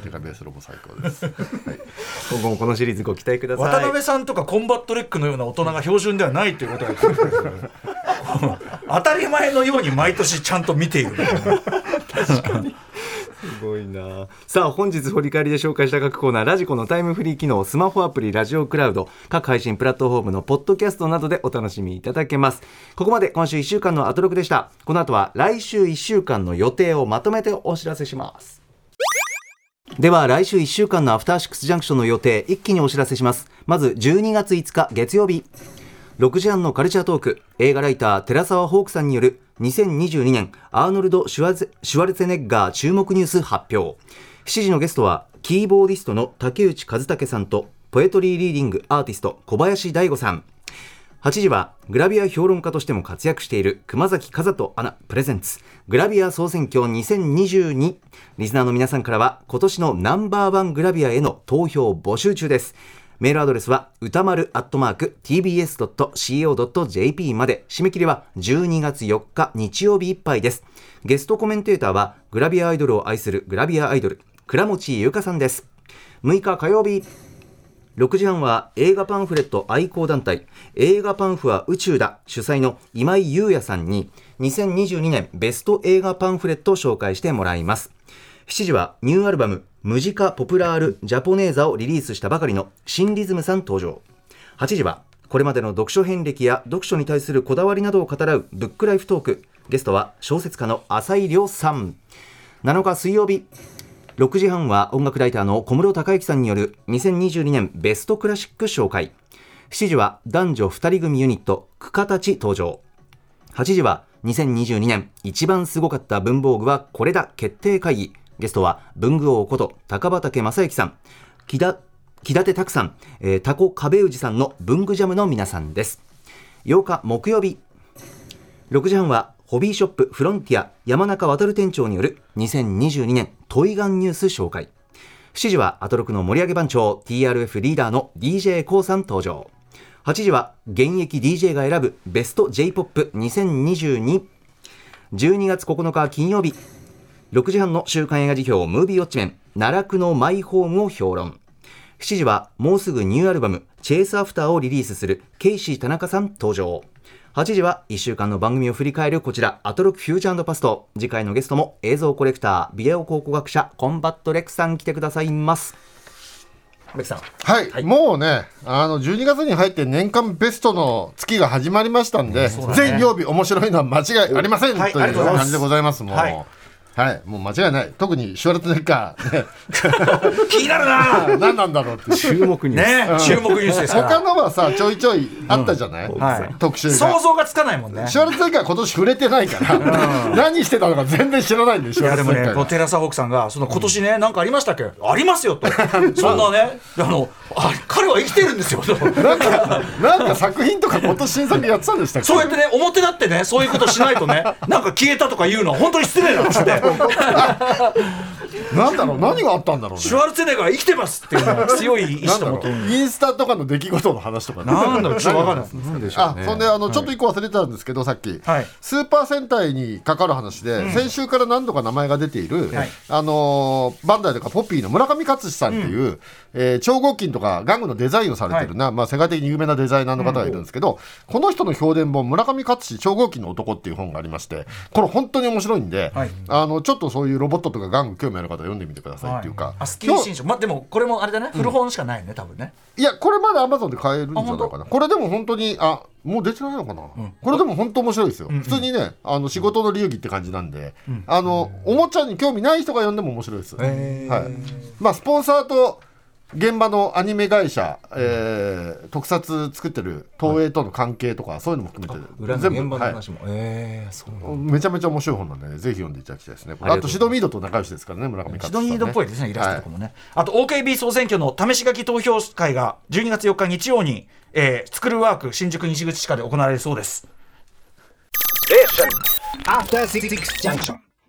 Speaker 4: デカベースロボ最高です、はい、
Speaker 2: 今後もこのシリーズご期待ください。
Speaker 3: 渡辺さんとかコンバットレックのような大人が標準ではないということが当たり前のように毎年ちゃんと見ている
Speaker 2: 確かにすごいな。さあ本日振り返りで紹介した各コーナー、ラジコのタイムフリー機能、スマホアプリラジオクラウド、各配信プラットフォームのポッドキャストなどでお楽しみいただけます。ここまで今週いっしゅうかんのアトロクでした。この後は来週いっしゅうかんの予定をまとめてお知らせします。では来週いっしゅうかんのアフターシックスジャンクションの予定一気にお知らせします。まずじゅうにがついつか月曜日ろくじはんのカルチャートーク、映画ライター寺澤ホークさんによるにせんにじゅうにねんアーノルド・シュワルツェネッガー注目ニュース発表。しちじのゲストはキーボーディストの竹内和武さんとポエトリーリーディングアーティスト小林大吾さん。はちじはグラビア評論家としても活躍している熊崎和人アナプレゼンツグラビア総選挙にせんにじゅうに。リスナーの皆さんからは今年のナンバーワングラビアへの投票募集中です。メールアドレスは歌丸アットマーク ティービーエスドットシーオードットジェーピー まで。締め切りはじゅうにがつよっか日曜日いっぱいです。ゲストコメンテーターはグラビアアイドルを愛するグラビアアイドル倉持優香さんです。むいか火曜日ろくじはんは映画パンフレット愛好団体映画パンフは宇宙だ主催の今井優也さんににせんにじゅうにねんベスト映画パンフレットを紹介してもらいます。しちじはニューアルバムムジカポプラールジャポネーザをリリースしたばかりのシンリズムさん登場。はちじはこれまでの読書遍歴や読書に対するこだわりなどを語らうブックライフトーク、ゲストは小説家の浅井亮さん。なのか水曜日ろくじはんは音楽ライターの小室孝之さんによるにせんにじゅうにねんベストクラシック紹介。しちじは男女ふたり組ユニットクカたち登場。はちじはにせんにじゅうにねん一番すごかった文房具はこれだ決定会議、ゲストは文具王こと高畑正幸さん、木田木立拓さん、えー、タコ壁氏さんの文具ジャムの皆さんです。ようか木曜日ろくじはんはホビーショップフロンティア山中渉店長によるにせんにじゅうにねんトイガンニュース紹介。しちじはアトロクの盛り上げ番長 ティーアールエフ リーダーの ディージェー コウさん登場。はちじは現役 ディージェー が選ぶベスト ジェイポップにせんにじゅうに。じゅうにがつここのか金曜日ろくじはんの週刊映画辞表ムービーウォッチメン奈落のマイホームを評論。しちじはもうすぐニューアルバムチェイスアフターをリリースするケイシー田中さん登場。はちじはいっしゅうかんの番組を振り返るこちらアトロクフューチャー&パスト。次回のゲストも映像コレクタービデオ考古学者コンバットレックさん来てくださいます。レックさん、
Speaker 4: はい、はい、もうねあのじゅうにがつに入って年間ベストの月が始まりましたんで、ね、全曜日面白いのは間違いありません、はい、という感じでございます。もう、はいはい、もう間違いない。特にシュワルツェネッガー、ね、
Speaker 3: 気になるな
Speaker 4: 何なんだろうって
Speaker 2: 注目ニュース、
Speaker 3: ねうん、注目ニュースですから
Speaker 4: 他のはさちょいちょいあったじゃない、うんはい、特集が
Speaker 3: 想像がつかないもんね。
Speaker 4: シュワルツェネッガー今年触れてないから、うん、何してたのか全然知らないんでしょ。
Speaker 3: いやでもねテラサホークさんがその今年ね何、うん、かありましたっけ、ありますよとそんなねあのあ彼は生きてるんですよ
Speaker 4: なんかなんか作品とか今年新作やってたんでしたっけ。
Speaker 3: そうやってね表立ってねそういうことしないとねなんか消えたとか言うのは本当に失礼なんですって
Speaker 4: なんだろう何があったんだろうね。
Speaker 3: シュワルツェネッガー生きてますっていうのは強い意志と思って
Speaker 4: インスタとかの出来事の話とか、ね、
Speaker 3: なんだろうちょっと分かんないなんでしょうね。
Speaker 4: あそんであのちょっと一個忘れてたんですけど、はい、さっき、はい、スーパー戦隊にかかる話で、うん、先週から何度か名前が出ている、はい、あのー、バンダイとかポピーの村上勝さんっていう、うんえー、超合金とか玩具のデザインをされてるな、はいまあ、世界的に有名なデザイナーの方がいるんですけど、うん、この人の評伝本村上勝超合金の男っていう本がありまして、これ本当に面白いんで、はい、あのちょっとそういうロボットとか玩具興味ある方読んでみてくださいっていうか、はい、
Speaker 3: アスキー新書、まあ、でもこれもあれだね、古本しかないよね、うん、多分ね。
Speaker 4: いやこれまだ Amazon で買えるんじゃないかな。これでも本当にあもう出てないのかな、うん、これでも本当面白いですよ、うんうん、普通にねあの仕事の流儀って感じなんで、うん、あのおもちゃに興味ない人が読んでも面白いです、はいまあ、スポンサーと現場のアニメ会社、えー、特撮作ってる東映との関係とか、はい、そういうのも含めて
Speaker 2: 裏の現場の話も、はいえー、そう
Speaker 4: めちゃめちゃ面白い本なんで、ね、ぜひ読んでいただきたいですね。あとシドミードと仲良しですからね村上勝さんね。
Speaker 3: シドミードっぽいですねイラストとかもね、はい、あと オーケービー 総選挙の試し書き投票会がじゅうにがつよっか日曜に、えー、スクールワーク新宿西口地下で行われるそうです。After シックス ジャンクション